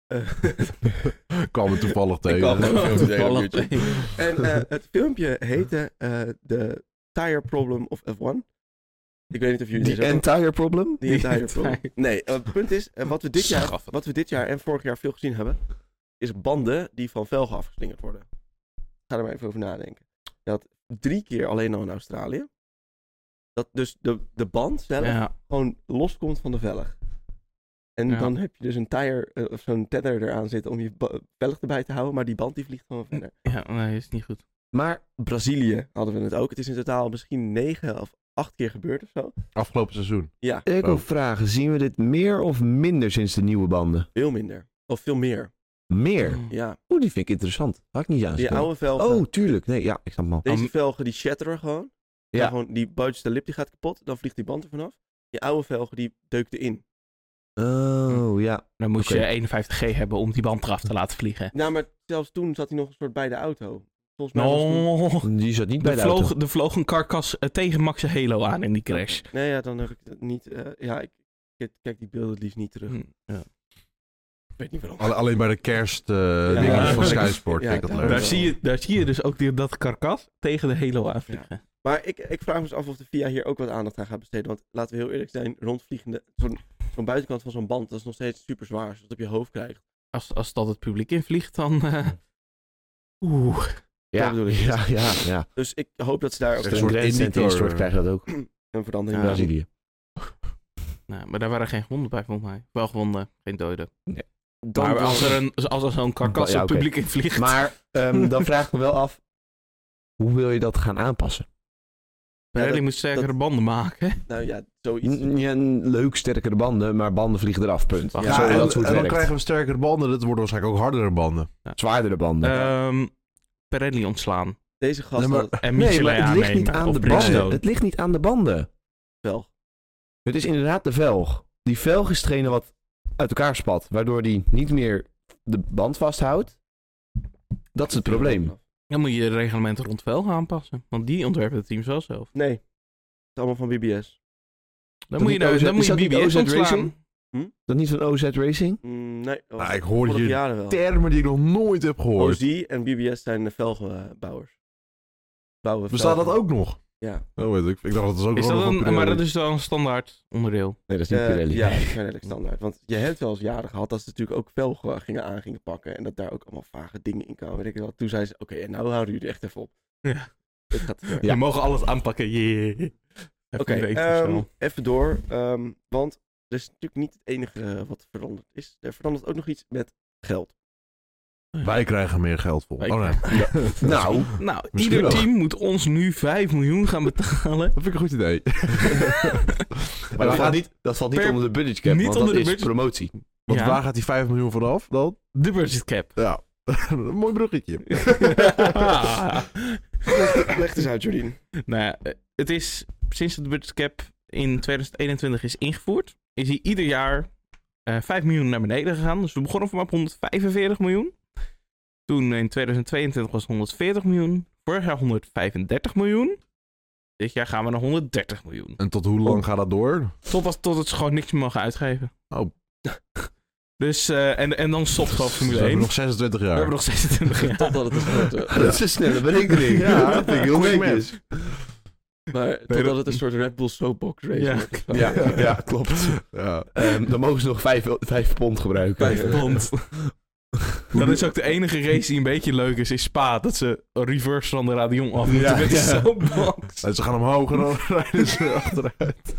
S3: Kwam er toevallig tegen.
S1: En het filmpje heette The Tire Problem of F1. Ik weet niet of jullie
S4: The Entire Problem?
S1: The Entire Problem. Nee, het punt is, wat we dit jaar en vorig jaar veel gezien hebben, is banden die van velgen afgeslingerd worden. Ga er maar even over nadenken. Je had 3 keer alleen al in Australië. Dat dus de band zelf gewoon loskomt van de velg. En dan heb je dus een tire of zo'n tether eraan zitten om je velg erbij te houden, maar die band die vliegt gewoon verder.
S2: Ja, nee, is niet goed.
S1: Maar Brazilië hadden we het ook. Het is in totaal misschien 9 of 8 keer gebeurd of zo.
S3: Afgelopen seizoen.
S1: Ja.
S4: Ik wil vragen, zien we dit meer of minder sinds de nieuwe banden?
S1: Veel minder. Of veel meer.
S4: Meer?
S1: Ja.
S4: Die vind ik interessant. Had ik niet aan.
S1: Die oude velgen.
S4: Oh, tuurlijk. Nee, ja, ik snap hem al.
S1: Deze velgen die shatteren gewoon.
S4: Ja.
S1: Gewoon die buitenste lip die gaat kapot. Dan vliegt die band er vanaf. Die oude velgen die deukt erin.
S4: Oh, ja.
S2: Dan moet je 51G hebben om die band eraf te laten vliegen.
S1: Nou, maar zelfs toen zat hij nog een soort bij de auto. Volgens mij was
S4: die zat niet bij de auto.
S2: Er vloog een karkas tegen Max Halo aan in die crash.
S1: Nee, ja, dan heb ik het niet... ik kijk die beelden het liefst niet terug.
S2: Ja.
S1: Ik weet niet waarom.
S3: Alleen bij de kerst dingen van Sky Sport vind ik dat leuk.
S2: Daar zie je dus ook dat karkas tegen de Halo aanvliegen.
S1: Maar ik vraag me dus af of de FIA hier ook wat aandacht aan gaat besteden. Want laten we heel eerlijk zijn, rondvliegende... Zo'n buitenkant van zo'n band, dat is nog steeds super zwaar. Als je het op je hoofd krijgt.
S2: Als dat het publiek invliegt, dan...
S4: Ja,
S1: bedoel ik.
S4: ja.
S1: Dus ik hoop dat ze daar ook
S3: Een soort
S4: Instort krijg je dat ook.
S1: een verandering
S4: In
S1: in
S4: Brazilië.
S2: Nou, maar daar waren geen gewonden bij, volgens mij. Wel gewonden, geen doden.
S1: Dan
S2: Maar als er zo'n karkas
S4: Ja,
S2: op
S4: oké.
S2: het publiek invliegt...
S4: Maar dan vraag ik me wel af, hoe wil je dat gaan aanpassen?
S2: Pirelli moet sterkere banden maken.
S1: Nou ja, zoiets.
S4: Ja, leuk, sterkere banden, maar banden vliegen eraf, punt.
S2: Wacht.
S3: Ja,
S4: Zo,
S3: en
S4: dat is hoe het
S3: dan
S4: werkt.
S3: krijgen we sterkere banden. Dat worden waarschijnlijk ook hardere banden.
S4: Zwaardere banden.
S2: Pirelli ontslaan.
S1: Deze gast
S3: Nee, maar-
S1: had
S2: En
S4: Nee,
S2: Michelin
S4: maar het ligt
S2: aannemen.
S4: niet aan
S2: Of
S4: de
S2: Bridgestone.
S4: banden. Het ligt niet aan de banden.
S1: wel.
S4: Het is inderdaad de velg. Die velg is hetgene wat uit elkaar spat, waardoor die niet meer de band vasthoudt. Dat is het probleem.
S2: Dan moet je de reglementen rond velgen aanpassen. Want die ontwerpen het team wel zelf.
S1: Nee. Het is allemaal van BBS.
S2: Dan
S4: Dat
S2: moet je,
S4: niet OZ
S2: dan moet
S4: is
S2: je
S4: dat niet
S2: BBS
S4: OZ
S2: ontslaan.
S4: Racing? Dat niet van OZ Racing?
S1: Nee.
S3: Nou, ik hoor
S1: vorige
S3: hier
S1: jaren wel.
S3: termen die ik nog nooit heb gehoord.
S1: OZ en BBS zijn de velgenbouwers. Bouwen
S3: Bestaat dat
S1: velgen.
S3: ook nog?
S1: Ja.
S3: Oh, weet ik dacht dat is ook
S2: Is
S3: nog
S2: dat
S3: van
S2: een,
S3: Pirelli.
S2: maar dat is dan een standaard onderdeel.
S4: Nee, dat is niet Pirelli.
S1: Ja, dat is redelijk standaard. Want je hebt wel eens jaren gehad dat ze natuurlijk ook velgen gingen pakken. En dat daar ook allemaal vage dingen in kwamen. Weet ik wel. Toen zei ze, oké, en nou houden jullie echt even op.
S2: Ja.
S1: Het gaat te ver.
S2: Je mogen alles aanpakken. Yeah.
S1: Oké, even door. Want dat is natuurlijk niet het enige wat veranderd is. Er verandert ook nog iets met geld.
S3: Wij krijgen meer geld voor.
S2: Wij
S3: Oh nee.
S4: Nou,
S2: Nou,
S3: Misschien
S2: ieder
S3: wel.
S2: team moet ons nu 5 miljoen gaan betalen.
S3: Dat vind ik een goed idee.
S4: maar dat valt niet
S2: Per-
S4: onder de budget cap,
S2: niet
S4: want
S2: onder
S4: dat
S2: de
S4: is
S2: budget-
S4: promotie.
S3: Want
S2: Ja.
S3: waar gaat die 5 miljoen vanaf dan?
S2: De budget cap.
S3: Ja, een mooi bruggetje.
S1: Leg eens uit, Jordien.
S2: Nou ja, het is sinds de budget cap in 2021 is ingevoerd, is hij ieder jaar 5 miljoen naar beneden gegaan. Dus we begonnen van op 145 miljoen. Toen in 2022 was het 140 miljoen. Vorig jaar 135 miljoen. Dit jaar gaan we naar 130 miljoen.
S3: En tot hoe lang gaat dat door?
S2: Tot het ze gewoon niks meer mogen uitgeven.
S3: Oh.
S2: Dus, en dan stopt gewoon
S3: Dus
S2: Formule
S3: we
S2: 1.
S3: hebben nog 26
S2: We
S3: jaar.
S2: hebben nog 26 jaar.
S1: Totdat het een soort...
S4: Dat is een snelle berekening.
S3: Ja,
S4: dat vind ik heel
S3: quick
S4: netjes.
S1: maar totdat het een soort Red Bull soapbox race
S2: Ja.
S1: wordt.
S4: Ja, klopt.
S3: Ja.
S4: Dan mogen ze nog 5 pond gebruiken.
S2: 5 pond. Dan is ook de enige race die een beetje leuk is Spa. Dat ze reverse van de radion af moeten met de
S4: ja.
S2: soapbox.
S3: En ze gaan omhoog en dan rijden ze achteruit.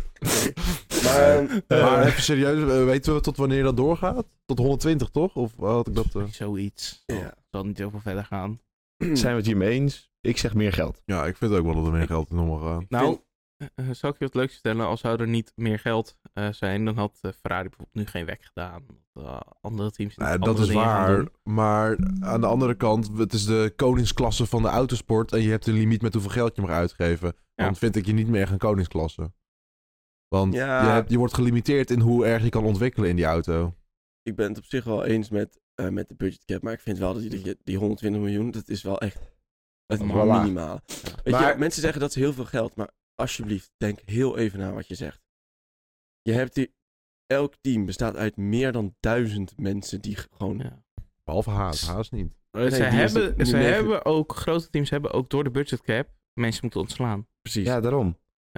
S3: Maar even serieus, weten we tot wanneer dat doorgaat? Tot 120 toch? Of had ik dat...
S2: Zoiets.
S1: Ja.
S2: Zal niet heel veel verder gaan.
S4: Zijn we het hiermee eens? Ik zeg meer geld.
S3: Ja, ik vind ook wel dat er meer geld in mag gaan.
S2: Nou, zou ik je wat leuks vertellen? Als zou er niet meer geld zijn, dan had Ferrari bijvoorbeeld nu geen weg gedaan. Andere teams
S3: Nee,
S2: andere
S3: dat is
S2: dingen gaan
S3: waar.
S2: doen.
S3: Maar aan de andere kant, het is de koningsklasse van de autosport. En je hebt een limiet met hoeveel geld je mag uitgeven.
S2: Ja.
S3: Dan vind ik je niet meer echt een koningsklasse. Want
S1: Ja.
S3: je wordt gelimiteerd in hoe erg je kan ontwikkelen in die auto.
S1: Ik ben het op zich wel eens met de budget cap, maar ik vind wel dat je die 120 miljoen, dat is wel echt het
S4: Wel laag.
S1: minimale. Weet
S4: Maar-
S1: je, mensen zeggen dat is heel veel geld, maar alsjeblieft, denk heel even na wat je zegt. Je hebt elk team bestaat uit meer dan 1000 mensen die gewoon...
S2: Ja.
S3: Behalve Haas. Haas niet.
S1: Nee,
S2: Ze
S1: die is
S2: hebben,
S1: de-
S2: ze
S1: die
S2: hebben ook, grote teams hebben ook door de budget cap mensen moeten ontslaan.
S1: Precies.
S4: Ja, daarom.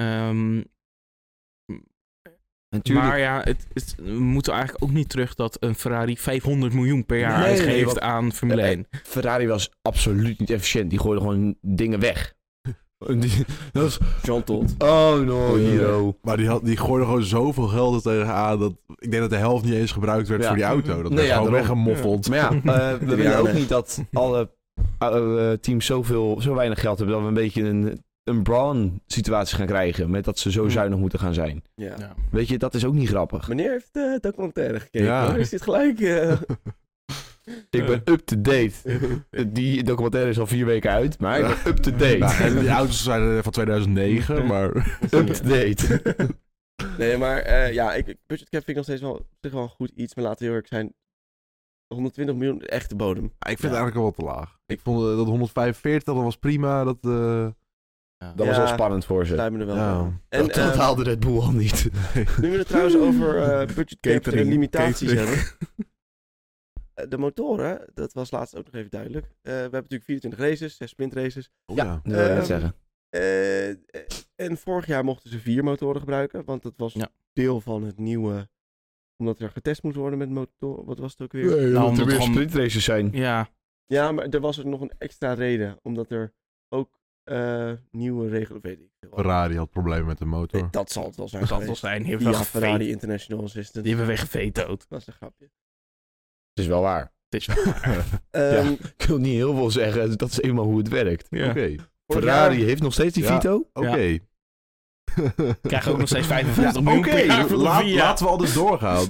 S4: Natuurlijk.
S2: Maar ja, we moeten eigenlijk ook niet terug dat een Ferrari 500 miljoen per jaar
S4: Nee,
S2: uitgeeft
S4: want-
S2: aan Formule 1.
S4: Ferrari was absoluut niet efficiënt. Die gooide gewoon dingen weg. Dat was...
S1: Jean Todt.
S4: Oh no, hero.
S3: Maar die gooide gewoon zoveel geld er tegenaan. Dat ik denk dat de helft niet eens gebruikt werd
S4: Ja.
S3: voor die auto. Dat
S4: Nee,
S3: werd
S4: ja,
S3: gewoon
S4: daarom.
S3: weggemoffeld.
S4: Maar ja, we willen
S1: Ja,
S4: ook
S1: nee.
S4: niet dat alle teams zo weinig geld hebben... dat we een beetje een Braun-situatie gaan krijgen... met dat ze zo zuinig moeten gaan zijn.
S1: Ja.
S2: Ja.
S4: Weet je, dat is ook niet grappig.
S1: Meneer heeft de documentaire gekeken.
S3: Ja.
S1: Hoor. Is dit gelijk?
S4: Ik ben up-to-date. Die documentaire is al 4 weken uit, maar ik ben up-to-date.
S3: Nou, en die auto's zijn van 2009, maar...
S4: Up-to-date.
S1: Nee, maar budget cap vind ik nog steeds wel, op zich wel een goed iets. Maar laten we heel erg zijn, 120 miljoen, de echte bodem.
S3: Ik vind
S1: Ja.
S3: het eigenlijk al wat te laag. Ik vond dat 145, dat was prima. Dat,
S4: Dat was wel spannend voor ze.
S1: Lijkt me er wel
S3: Ja.
S1: aan. En
S4: Dat haalde Red Bull al niet.
S1: nu we het trouwens over budget cap en
S3: Catering,
S1: limitaties
S3: catering.
S1: hebben. De motoren, dat was laatst ook nog even duidelijk. We hebben natuurlijk 24 races, 6 sprintraces.
S3: Oh,
S4: Ja, dat wil ik net zeggen.
S1: En vorig jaar mochten ze 4 motoren gebruiken, want dat was deel van het nieuwe... Omdat er getest moet worden met motoren. Wat was het ook weer?
S4: Nee,
S2: Nou,
S4: omdat er weer
S2: gewoon-
S4: sprintraces zijn.
S1: Ja, maar er was er nog een extra reden. Omdat er ook nieuwe regelen... Weet ik veel.
S3: Ferrari had problemen met de motor.
S1: Nee, dat zal het wel zijn.
S2: Dat zal het wel
S1: geweest.
S2: zijn. Die hebben,
S1: Via Ferrari International Assistant.
S2: die hebben we gevetoed.
S1: Dat is een grapje.
S4: Het is wel waar.
S2: Het is wel waar.
S4: Ik wil niet heel veel zeggen. Dat is eenmaal hoe het werkt.
S2: Ja.
S3: Oké.
S4: Ferrari heeft nog steeds die
S3: Ja.
S4: Vito.
S3: Oké.
S2: Krijgen ook nog steeds 55 miljoen per jaar voor de VIA.
S3: Laten we al dus doorgaan.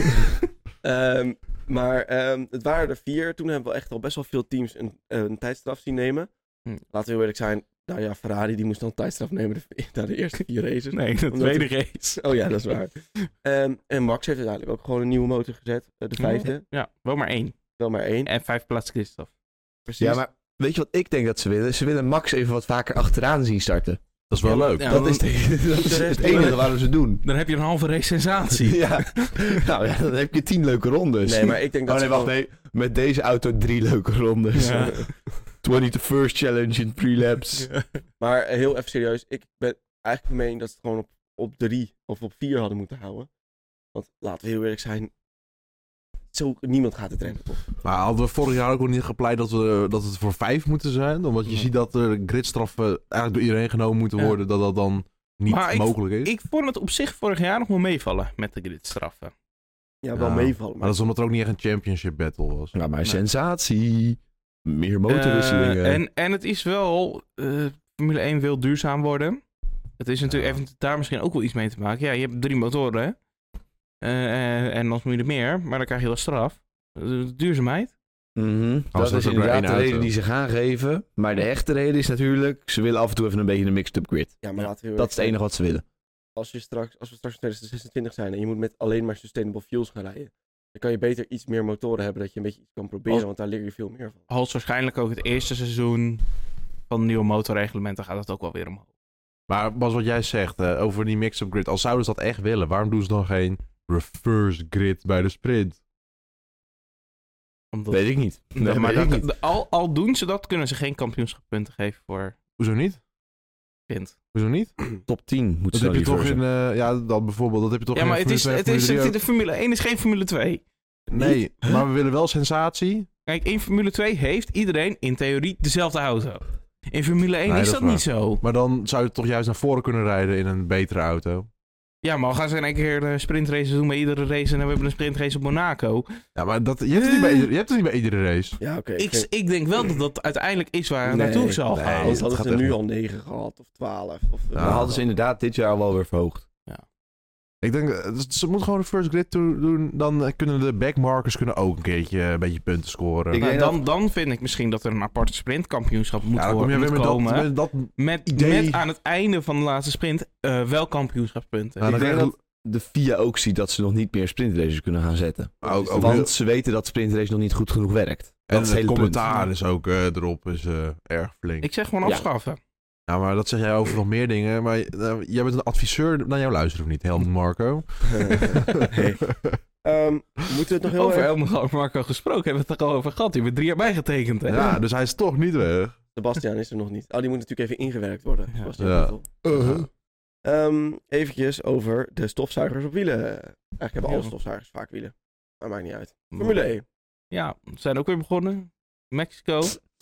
S1: Maar het waren er 4. Toen hebben we echt al best wel veel teams een tijdstraf zien nemen. Laten we heel eerlijk zijn. Nou ja, Ferrari die moest dan tijdstraf nemen na de eerste 4 races.
S2: Nee, de
S1: Omdat
S2: tweede race.
S1: Oh ja, dat is waar. En Max heeft uiteindelijk ook gewoon een nieuwe motor gezet. De 5e.
S2: Ja, wel maar 1.
S1: Wel maar 1.
S2: En 5 plaats Christophe.
S1: Precies.
S4: Ja, maar weet je wat ik denk dat ze willen? Ze willen Max even wat vaker achteraan zien starten.
S3: Dat is wel leuk.
S2: Ja,
S4: Dat is het enige waar ze doen.
S2: Dan heb je een halve race sensatie.
S4: Ja. Nou ja, dan heb je 10 leuke rondes.
S1: Nee, maar ik denk dat
S4: Oh nee,
S1: ze
S4: wacht, nee. Met deze auto 3 leuke rondes.
S2: Ja.
S4: 21st challenge in pre-laps.
S1: Maar heel even serieus. Ik ben eigenlijk van mening dat ze het gewoon op 3 of op 4 hadden moeten houden. Want laten we heel eerlijk zijn. Niemand gaat het rennen, toch?
S3: Maar hadden we vorig jaar ook nog niet gepleit dat het voor 5 moeten zijn? Omdat je ziet dat er gridstraffen eigenlijk door iedereen genomen moeten worden. Dat dan niet
S2: Maar
S3: mogelijk is.
S2: Ik vond het op zich vorig jaar nog wel meevallen met de gridstraffen.
S1: Ja, wel meevallen.
S3: Maar dat is omdat er ook niet echt een championship battle was.
S4: Nou, maar sensatie. Meer motorwisselingen.
S2: En het is wel... Formule 1 wil duurzaam worden. Het is natuurlijk even daar misschien ook wel iets mee te maken. Ja, je hebt 3 motoren, hè? En dan moet je er meer, maar dan krijg je wel straf. Duurzaamheid.
S4: Dat is
S3: ook maar
S4: inderdaad
S3: één
S4: de
S3: auto.
S4: reden die ze gaan geven. Maar de echte reden is natuurlijk... Ze willen af en toe even een beetje een mixed-up grid.
S1: Ja, maar laten we heel
S4: Dat is het
S1: eerlijk
S4: enige wat ze willen.
S1: als we straks in 2026 zijn en je moet met alleen maar sustainable fuels gaan rijden, dan kan je beter iets meer motoren hebben dat je een beetje iets kan proberen, want daar leer je veel meer van.
S2: Hoogstwaarschijnlijk ook het eerste seizoen van de nieuwe motorreglementen gaat het ook wel weer omhoog.
S3: Maar Bas, wat jij zegt over die mix-up grid. Als zouden ze dat echt willen, waarom doen ze dan geen reverse grid bij de sprint?
S2: Omdat,
S4: Weet ik niet. Nee,
S2: maar
S4: weet ik
S2: dat-
S4: niet.
S2: al doen ze dat, kunnen ze geen kampioenschappunten geven voor
S3: Hoezo niet?
S2: sprint.
S3: Hoezo niet?
S4: Top 10 moet
S3: Dat
S4: ze
S3: heb je
S4: dan
S3: toch
S4: reversen.
S3: in... dat bijvoorbeeld, dat heb je toch
S2: Ja,
S3: in
S2: maar het
S3: Formule
S2: is,
S3: 2,
S2: het is,
S3: Formule 3
S2: de Formule 1 is geen Formule 2.
S3: Nee, maar we willen wel sensatie.
S2: Kijk, in Formule 2 heeft iedereen in theorie dezelfde auto. In Formule 1
S3: Nee,
S2: is
S3: dat
S2: dat
S3: is
S2: niet zo.
S3: Maar dan zou je toch juist naar voren kunnen rijden in een betere auto.
S2: Ja, maar we gaan ze in één keer sprintraces doen bij iedere race en dan hebben we een sprintrace op Monaco.
S3: Ja, maar je hebt het niet bij iedere race.
S1: Ja, oké.
S2: Ik denk wel dat dat uiteindelijk is waar het naartoe zal
S3: nee,
S2: gaan.
S1: Anders
S3: dat
S1: hadden
S3: gaat
S1: ze nu
S3: echt
S1: al 9 gehad, of 12. Of
S4: Dan hadden ze inderdaad dit jaar wel weer verhoogd.
S3: Ik denk, ze moeten gewoon een first grid doen. Dan kunnen de backmarkers ook een keertje een beetje punten scoren.
S4: Ik denk
S2: Dan vind ik misschien dat er een aparte sprintkampioenschap moet
S3: dan kom je weer
S2: komen.
S3: met dat
S2: Met
S3: idee.
S2: aan het einde van de laatste sprint wel kampioenschapspunten.
S3: Ja,
S4: Ik
S3: dan
S4: denk
S3: krijg
S4: dat de FIA ook ziet dat ze nog niet meer sprintraces kunnen gaan zetten.
S3: ook
S4: Want ze weten dat sprintrace nog niet goed genoeg werkt.
S3: En
S4: Dat is
S3: het
S4: hele
S3: commentaar
S4: punt.
S3: is ook erop is erg flink.
S2: Ik zeg gewoon
S4: Ja.
S2: afschaffen.
S3: Ja, maar dat zeg jij over nog meer dingen. Maar jij bent een adviseur naar jou luisteren of niet, Helmut Marco?
S1: Hey. Moeten we het nog heel
S2: Over
S1: erg...
S2: Helmut Marco gesproken, hebben we het er al over gehad. Die hebben 3 jaar bijgetekend, hè?
S3: Ja, dus hij is toch niet weg.
S1: Sebastian is er nog niet. Oh, die moet natuurlijk even ingewerkt worden.
S2: Ja.
S1: Sebastian
S3: Ja.
S1: Vettel. Eventjes over de stofzuigers op wielen. Eigenlijk hebben alle
S2: Ja.
S1: stofzuigers vaak wielen. Maar maakt niet uit. Formule 1.
S2: Ja, we zijn ook weer begonnen. Mexico.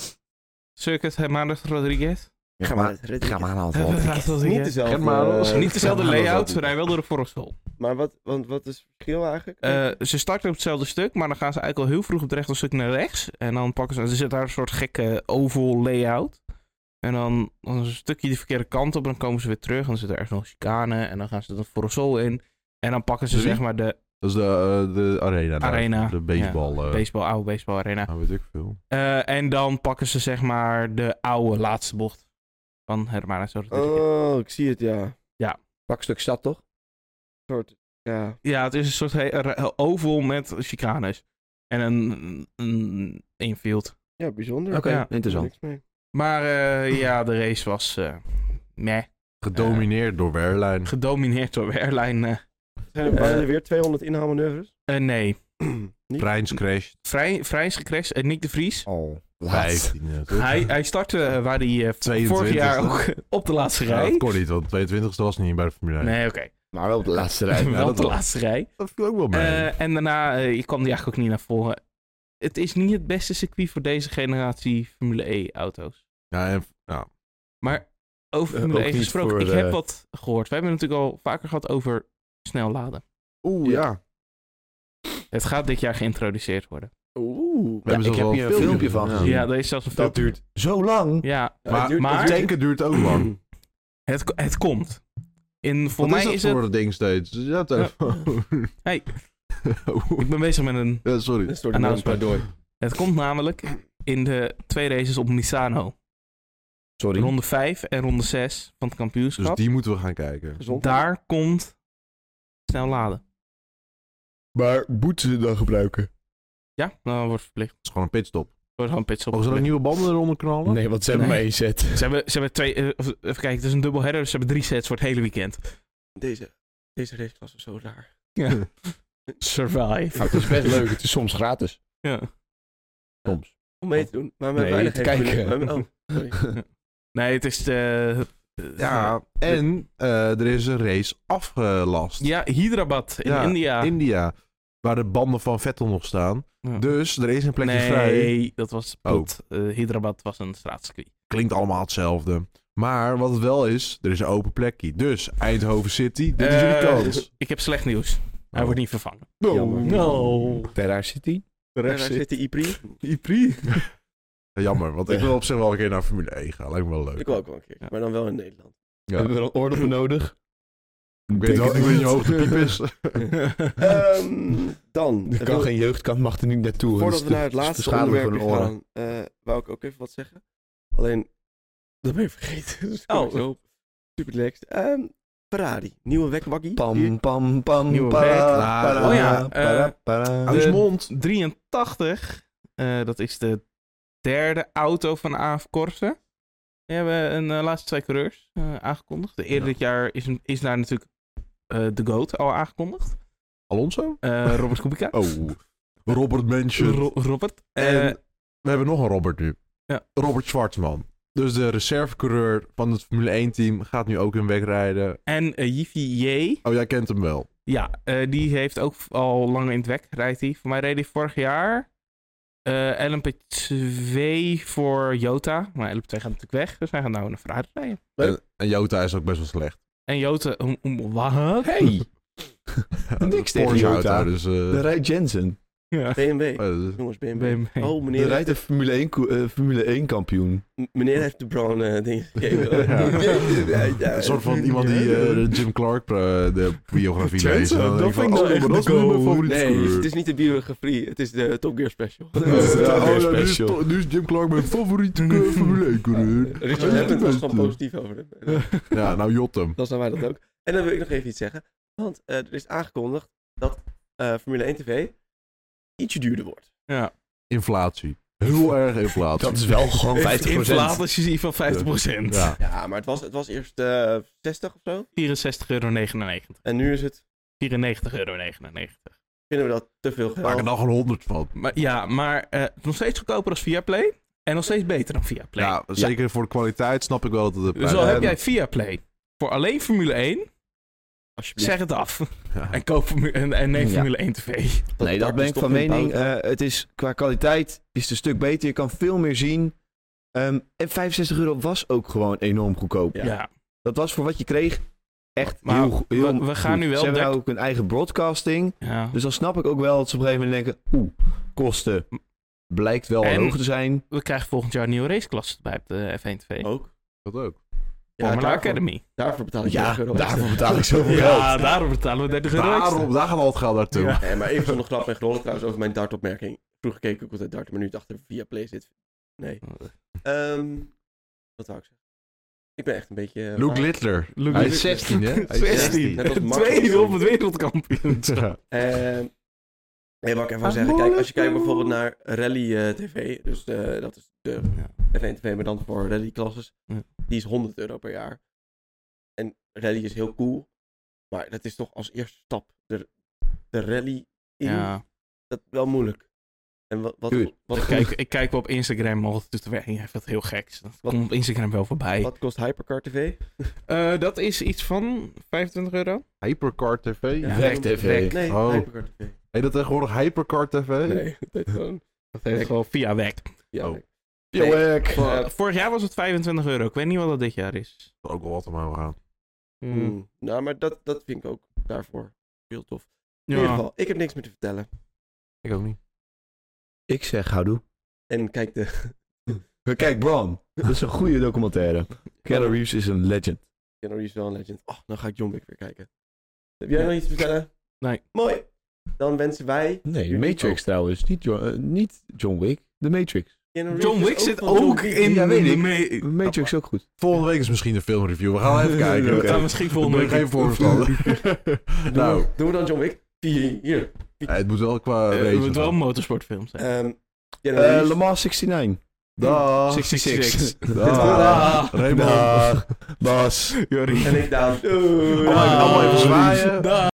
S2: Circuit Hermanos Rodriguez.
S4: Ga maar aan het
S1: Niet dezelfde,
S3: Germanos.
S2: Niet dezelfde
S1: Germanos
S2: layout,
S1: ook
S2: we rijden wel door de Forrestal.
S1: Maar wat is het verschil eigenlijk?
S2: Ze starten op hetzelfde stuk, maar dan gaan ze eigenlijk al heel vroeg op het rechte stuk naar rechts. En dan pakken ze zit daar een soort gekke oval layout. En dan is een stukje de verkeerde kant op en dan komen ze weer terug. En dan zit er ergens nog een chicane en dan gaan ze de Forrestal in. En dan pakken ze
S3: Wie?
S2: zeg maar de
S3: Dat is de arena. daar.
S2: Arena.
S3: De baseball.
S2: oude baseball arena.
S3: Nou, weet ik veel.
S2: En dan pakken ze zeg maar de oude laatste bocht van Hermanos Rodriguez.
S1: Oh, ik zie het, ja.
S4: Pak een stuk stad, toch?
S1: Een soort, ja.
S2: Ja, het is een soort oval met chicanes. En een infield.
S1: Ja, bijzonder.
S4: Oké,
S2: Ja.
S4: interessant.
S1: Niks mee.
S2: Maar ja, de race was meh.
S3: Gedomineerd door Wehrlein.
S2: Gedomineerd door Wehrlein.
S1: Zijn er weer 200 inhaalmanoeuvres?
S2: Nee.
S1: Niet?
S3: Vrijns crasht.
S2: Vrij is gecrashed. Nick de Vries.
S4: Oh.
S3: 15e, toch?
S2: Hij startte waar hij vorig
S3: 22e.
S2: jaar ook op de laatste
S3: Ja,
S2: rij.
S3: dat kon niet, want 22e was niet bij de Formule 1.
S2: Nee, oké.
S4: Maar wel op de laatste rij.
S2: Wel op de
S3: dat-
S2: laatste rij.
S3: Dat viel ook wel mee.
S2: En daarna kwam hij eigenlijk ook niet naar voren. Het is niet het beste circuit voor deze generatie Formule E-auto's.
S3: ja.
S2: Maar over Formule
S4: ook
S2: E
S4: niet
S2: gesproken,
S4: voor
S2: ik
S4: de-
S2: heb wat gehoord. We hebben het natuurlijk al vaker gehad over snel laden.
S3: Oeh, ja.
S2: Het gaat dit jaar geïntroduceerd worden.
S1: Oeh.
S3: We hebben
S4: ik
S3: zelfs
S4: heb
S3: wel
S4: hier een filmpje van gezien.
S2: Ja, er is zelfs een
S4: Dat
S2: filmpje.
S4: duurt zo lang.
S2: Ja,
S3: Maar
S2: het
S3: tanken duurt ook lang.
S2: het komt. Voor
S3: Wat
S2: mij
S3: is dat voor een ding steeds? Ja, telefoon.
S2: Hey. Ik ben bezig met een...
S3: Ja, sorry.
S1: Dat is door de
S2: Announcement.
S1: door.
S2: Het komt namelijk in de 2 races op Misano.
S4: Sorry.
S2: Ronde 5 en ronde 6 van het kampioenschap.
S3: Dus die moeten we gaan kijken.
S1: Gezond.
S2: Daar komt snel laden.
S4: Maar moeten ze dan gebruiken?
S2: Ja, dan wordt verplicht.
S3: Het is gewoon een pitstop.
S2: Wordt gewoon pitstop.
S3: Mogen ze dan
S2: verplicht.
S3: nieuwe banden eronder knallen?
S4: Nee, want ze hebben
S2: Nee.
S4: maar 1 set.
S2: Ze hebben 2... even kijken, het is een dubbel header, dus ze hebben 3 sets voor het hele weekend.
S1: Deze raceklasse is zo raar.
S2: Ja. Survive.
S4: Het is best leuk. Het is soms gratis.
S2: Ja.
S4: Soms.
S1: Om mee te doen. Maar met
S4: Nee,
S1: weinig
S4: te kijken.
S1: Oh, sorry.
S2: Nee, het is de...
S3: Ja, en er is een race afgelast.
S2: Ja, Hyderabad in
S3: Ja,
S2: India.
S3: India. Waar de banden van Vettel nog staan.
S2: Ja.
S3: Dus er is een plekje vrij.
S2: Nee, dat was pot. Hyderabad was een straatcircuit.
S3: Klinkt allemaal hetzelfde. Maar wat het wel is, er is een open plekje. Dus Eindhoven City, dit is jullie kans.
S2: Ik heb slecht nieuws. Hij wordt niet vervangen.
S1: Jammer.
S2: No.
S4: Terra City.
S1: Daar zit de IPRI.
S3: Ipri. Jammer, want ik wil op zich wel een keer naar Formule 1 gaan. Lijkt me wel leuk.
S1: Ik wil ook wel een keer.
S2: Ja.
S1: Maar dan wel in Nederland.
S3: Ja.
S4: Hebben we er een oordeel voor nodig?
S3: Ik weet wel, ik weet niet hoe hoog de piep is.
S1: Dan.
S4: Er kan geen jeugdkamp, mag er niet naartoe.
S1: Voordat
S4: Dus
S1: we naar het
S4: is
S1: laatste
S4: beschadiging
S1: onderwerp
S4: voor hun oren.
S1: gaan, wou ik ook even wat zeggen. Alleen, dat ben je vergeten. Dus kom ik zo op. Super relaxed. Ferrari. Nieuwe wegwaggie.
S4: Pam, pam, pam,
S2: Nieuwe
S4: para,
S2: werk.
S4: para,
S2: Oh ja,
S4: para, para.
S3: Hou je mond.
S2: 83. Dat is de derde auto van AF Corse. We hebben een laatste 2 coureurs aangekondigd. Eerder dit jaar is daar natuurlijk de GOAT al aangekondigd.
S3: Alonso?
S2: Robert Kubica.
S3: Oh, Robert Mention.
S2: Robert.
S3: En we hebben nog een Robert nu.
S2: Ja.
S3: Robert Schwartzman. Dus de reservecoureur van het Formule 1 team gaat nu ook in wegrijden.
S2: En Yiffy J.
S3: Oh, jij kent hem wel.
S2: Ja, die heeft ook al lang in het WEC, rijdt hij. Voor mij reed hij vorig jaar LMP2 voor Jota. Maar LMP2 gaat natuurlijk weg, dus hij gaat nou naar Ferrari rijden.
S3: En Jota is ook best wel slecht.
S2: En Jota, wat?
S4: Hey, niks tegen
S3: Porsche
S4: Jota.
S3: auto, dus...
S4: de rijdt Jensen.
S2: Ja.
S1: BMW.
S3: dus-
S1: Jongens, BMW.
S2: BMW.
S1: Oh,
S4: De
S1: meneer,
S4: rijdt een Formule 1 kampioen.
S1: meneer heeft de Brown dingen gegeven.
S3: Een soort van iemand die Jim Clark de biografie
S4: Jensen,
S3: leest. En dan
S4: dat
S3: denk ik
S4: vind ik
S3: van,
S4: nou echt
S3: maar dat is
S4: de
S3: nu mijn
S4: goal.
S3: favoriete
S1: Nee,
S3: coureur.
S1: het is niet de biografie. Het is de Top Gear special.
S4: Dat is de Top Gear
S3: nu is
S4: special.
S3: Nu is Jim Clark mijn favoriete Formule 1 coureur.
S1: Richard Hammond was gewoon positief over hem.
S3: Ja, nou jot hem.
S1: Dan zijn wij dat ook. En dan wil ik nog even iets zeggen. Want er is aangekondigd dat Formule 1 TV ietsje duurder wordt.
S2: Ja.
S3: Inflatie. Heel erg inflatie.
S4: Dat is wel gewoon 50%.
S2: Inflatie van 50%.
S3: Ja.
S1: Ja, maar het was eerst 60 of zo.
S2: €64,99.
S1: En nu is het,
S2: €94,99.
S1: vinden we dat te veel
S3: Maak er
S1: geld.
S3: nog een 100 van.
S2: Maar nog steeds goedkoper als Viaplay. En nog steeds beter dan Viaplay.
S3: Ja, zeker voor de kwaliteit snap ik wel dat het de
S2: Dus
S3: prijs
S2: al
S3: is.
S2: heb jij Viaplay voor alleen Formule 1,
S1: Alsjeblieft.
S2: zeg het af.
S3: Ja.
S2: En koop en neem
S4: Ja.
S2: Formule 1 TV.
S4: Nee, dat ben ik van mening. Het is qua kwaliteit is het een stuk beter. Je kan veel meer zien. En €65 was ook gewoon enorm goedkoop.
S2: Ja.
S4: Dat was voor wat je kreeg echt
S2: Maar
S4: heel
S2: we gaan
S4: goed.
S2: nu wel
S4: Ze hebben
S2: dek-
S4: nou ook een eigen broadcasting.
S2: Ja.
S4: Dus dan snap ik ook wel dat ze op een gegeven moment denken... kosten blijkt wel
S2: En-
S4: hoog te zijn.
S2: We krijgen volgend jaar een nieuwe raceklasse bij op de F1 TV.
S1: Ook.
S3: Dat ook.
S2: Formula
S1: daarvoor-
S2: Academy.
S1: Daarvoor betaal ik
S4: Ja,
S1: 30 euro.
S4: daarvoor betaal ik zoveel
S2: Ja,
S4: geld.
S2: daarom betalen we €30 extra.
S3: Daarom, daar gaat al het geld naartoe.
S2: Ja.
S1: Nee, maar even zonder grap en grollen trouwens over mijn dartopmerking. Vroeger keek ik ook altijd dart, maar nu dacht ik via Play zit. Nee. Wat wou ik zeggen? Ik ben echt een beetje...
S3: Luke Littler.
S2: Luke
S3: Hij
S2: Littler.
S3: is 16, hè? Hij is
S2: 16.
S1: Net als Max.
S2: Tweede op het wereldkampioenschap.
S1: Nee, wat ik even wil zeggen. Kijk, als je kijkt bijvoorbeeld naar Rally TV, dus dat is de F1 TV, maar dan voor rallyklasses,
S2: Ja.
S1: die is €100 per jaar. En rally is heel cool, maar dat is toch als eerste stap de rally in,
S2: Ja.
S1: dat is wel moeilijk. En wat
S2: Ik kijk wel op Instagram altijd te werken. Hij vindt heel geks. Dat komt op Instagram wel voorbij.
S1: Wat kost Hypercar TV?
S2: Dat is iets van €25.
S3: Hypercar TV?
S1: Ja.
S4: Weg TV.
S1: Nee,
S3: Oh.
S1: Hypercar TV.
S3: Heet dat tegenwoordig Hypercar TV?
S1: Nee, dat heet gewoon...
S2: Dat heet gewoon via WEC.
S1: Ja,
S3: Oh.
S2: Vorig jaar was het €25. Ik weet niet wat dat dit jaar is.
S3: Dat ook wel wat omhoog gaan.
S1: Nou, maar dat vind ik ook daarvoor heel tof. In ieder geval, ik heb niks meer te vertellen.
S3: Ik ook niet.
S4: Ik zeg houdoe.
S1: En kijk
S4: Kijk, Bron. Dat is een goede documentaire. Keanu Reeves is een legend.
S1: Keanu Reeves is wel een legend. Oh, dan ga ik John Wick weer kijken. Heb jij nog iets te vertellen?
S2: Nee.
S1: Mooi. Dan wensen wij...
S4: Nee, de Matrix trouwens. Niet John Wick. De Matrix.
S1: Keanu Reeves
S2: John
S1: is
S2: Wick zit
S1: van John
S2: ook
S1: Wick.
S2: in
S4: Ja, weet
S2: de
S4: ik. De Matrix ook goed.
S3: Volgende week is misschien de filmreview. We gaan even kijken.
S2: We gaan misschien volgende week
S3: geen voorstander. Nou,
S1: Doen we dan John Wick? Hier.
S3: het moet wel qua
S2: Het
S3: race
S2: moet wel een
S3: gaan.
S2: motorsportfilm zijn.
S1: Keanu Reeves.
S4: Le Mans 69.
S3: Dag.
S4: 66.
S3: Dag. Raymond.
S4: Dag. Bas.
S2: Jorrie.
S1: En ik Daan. Doei.
S3: Allemaal even zwaaien.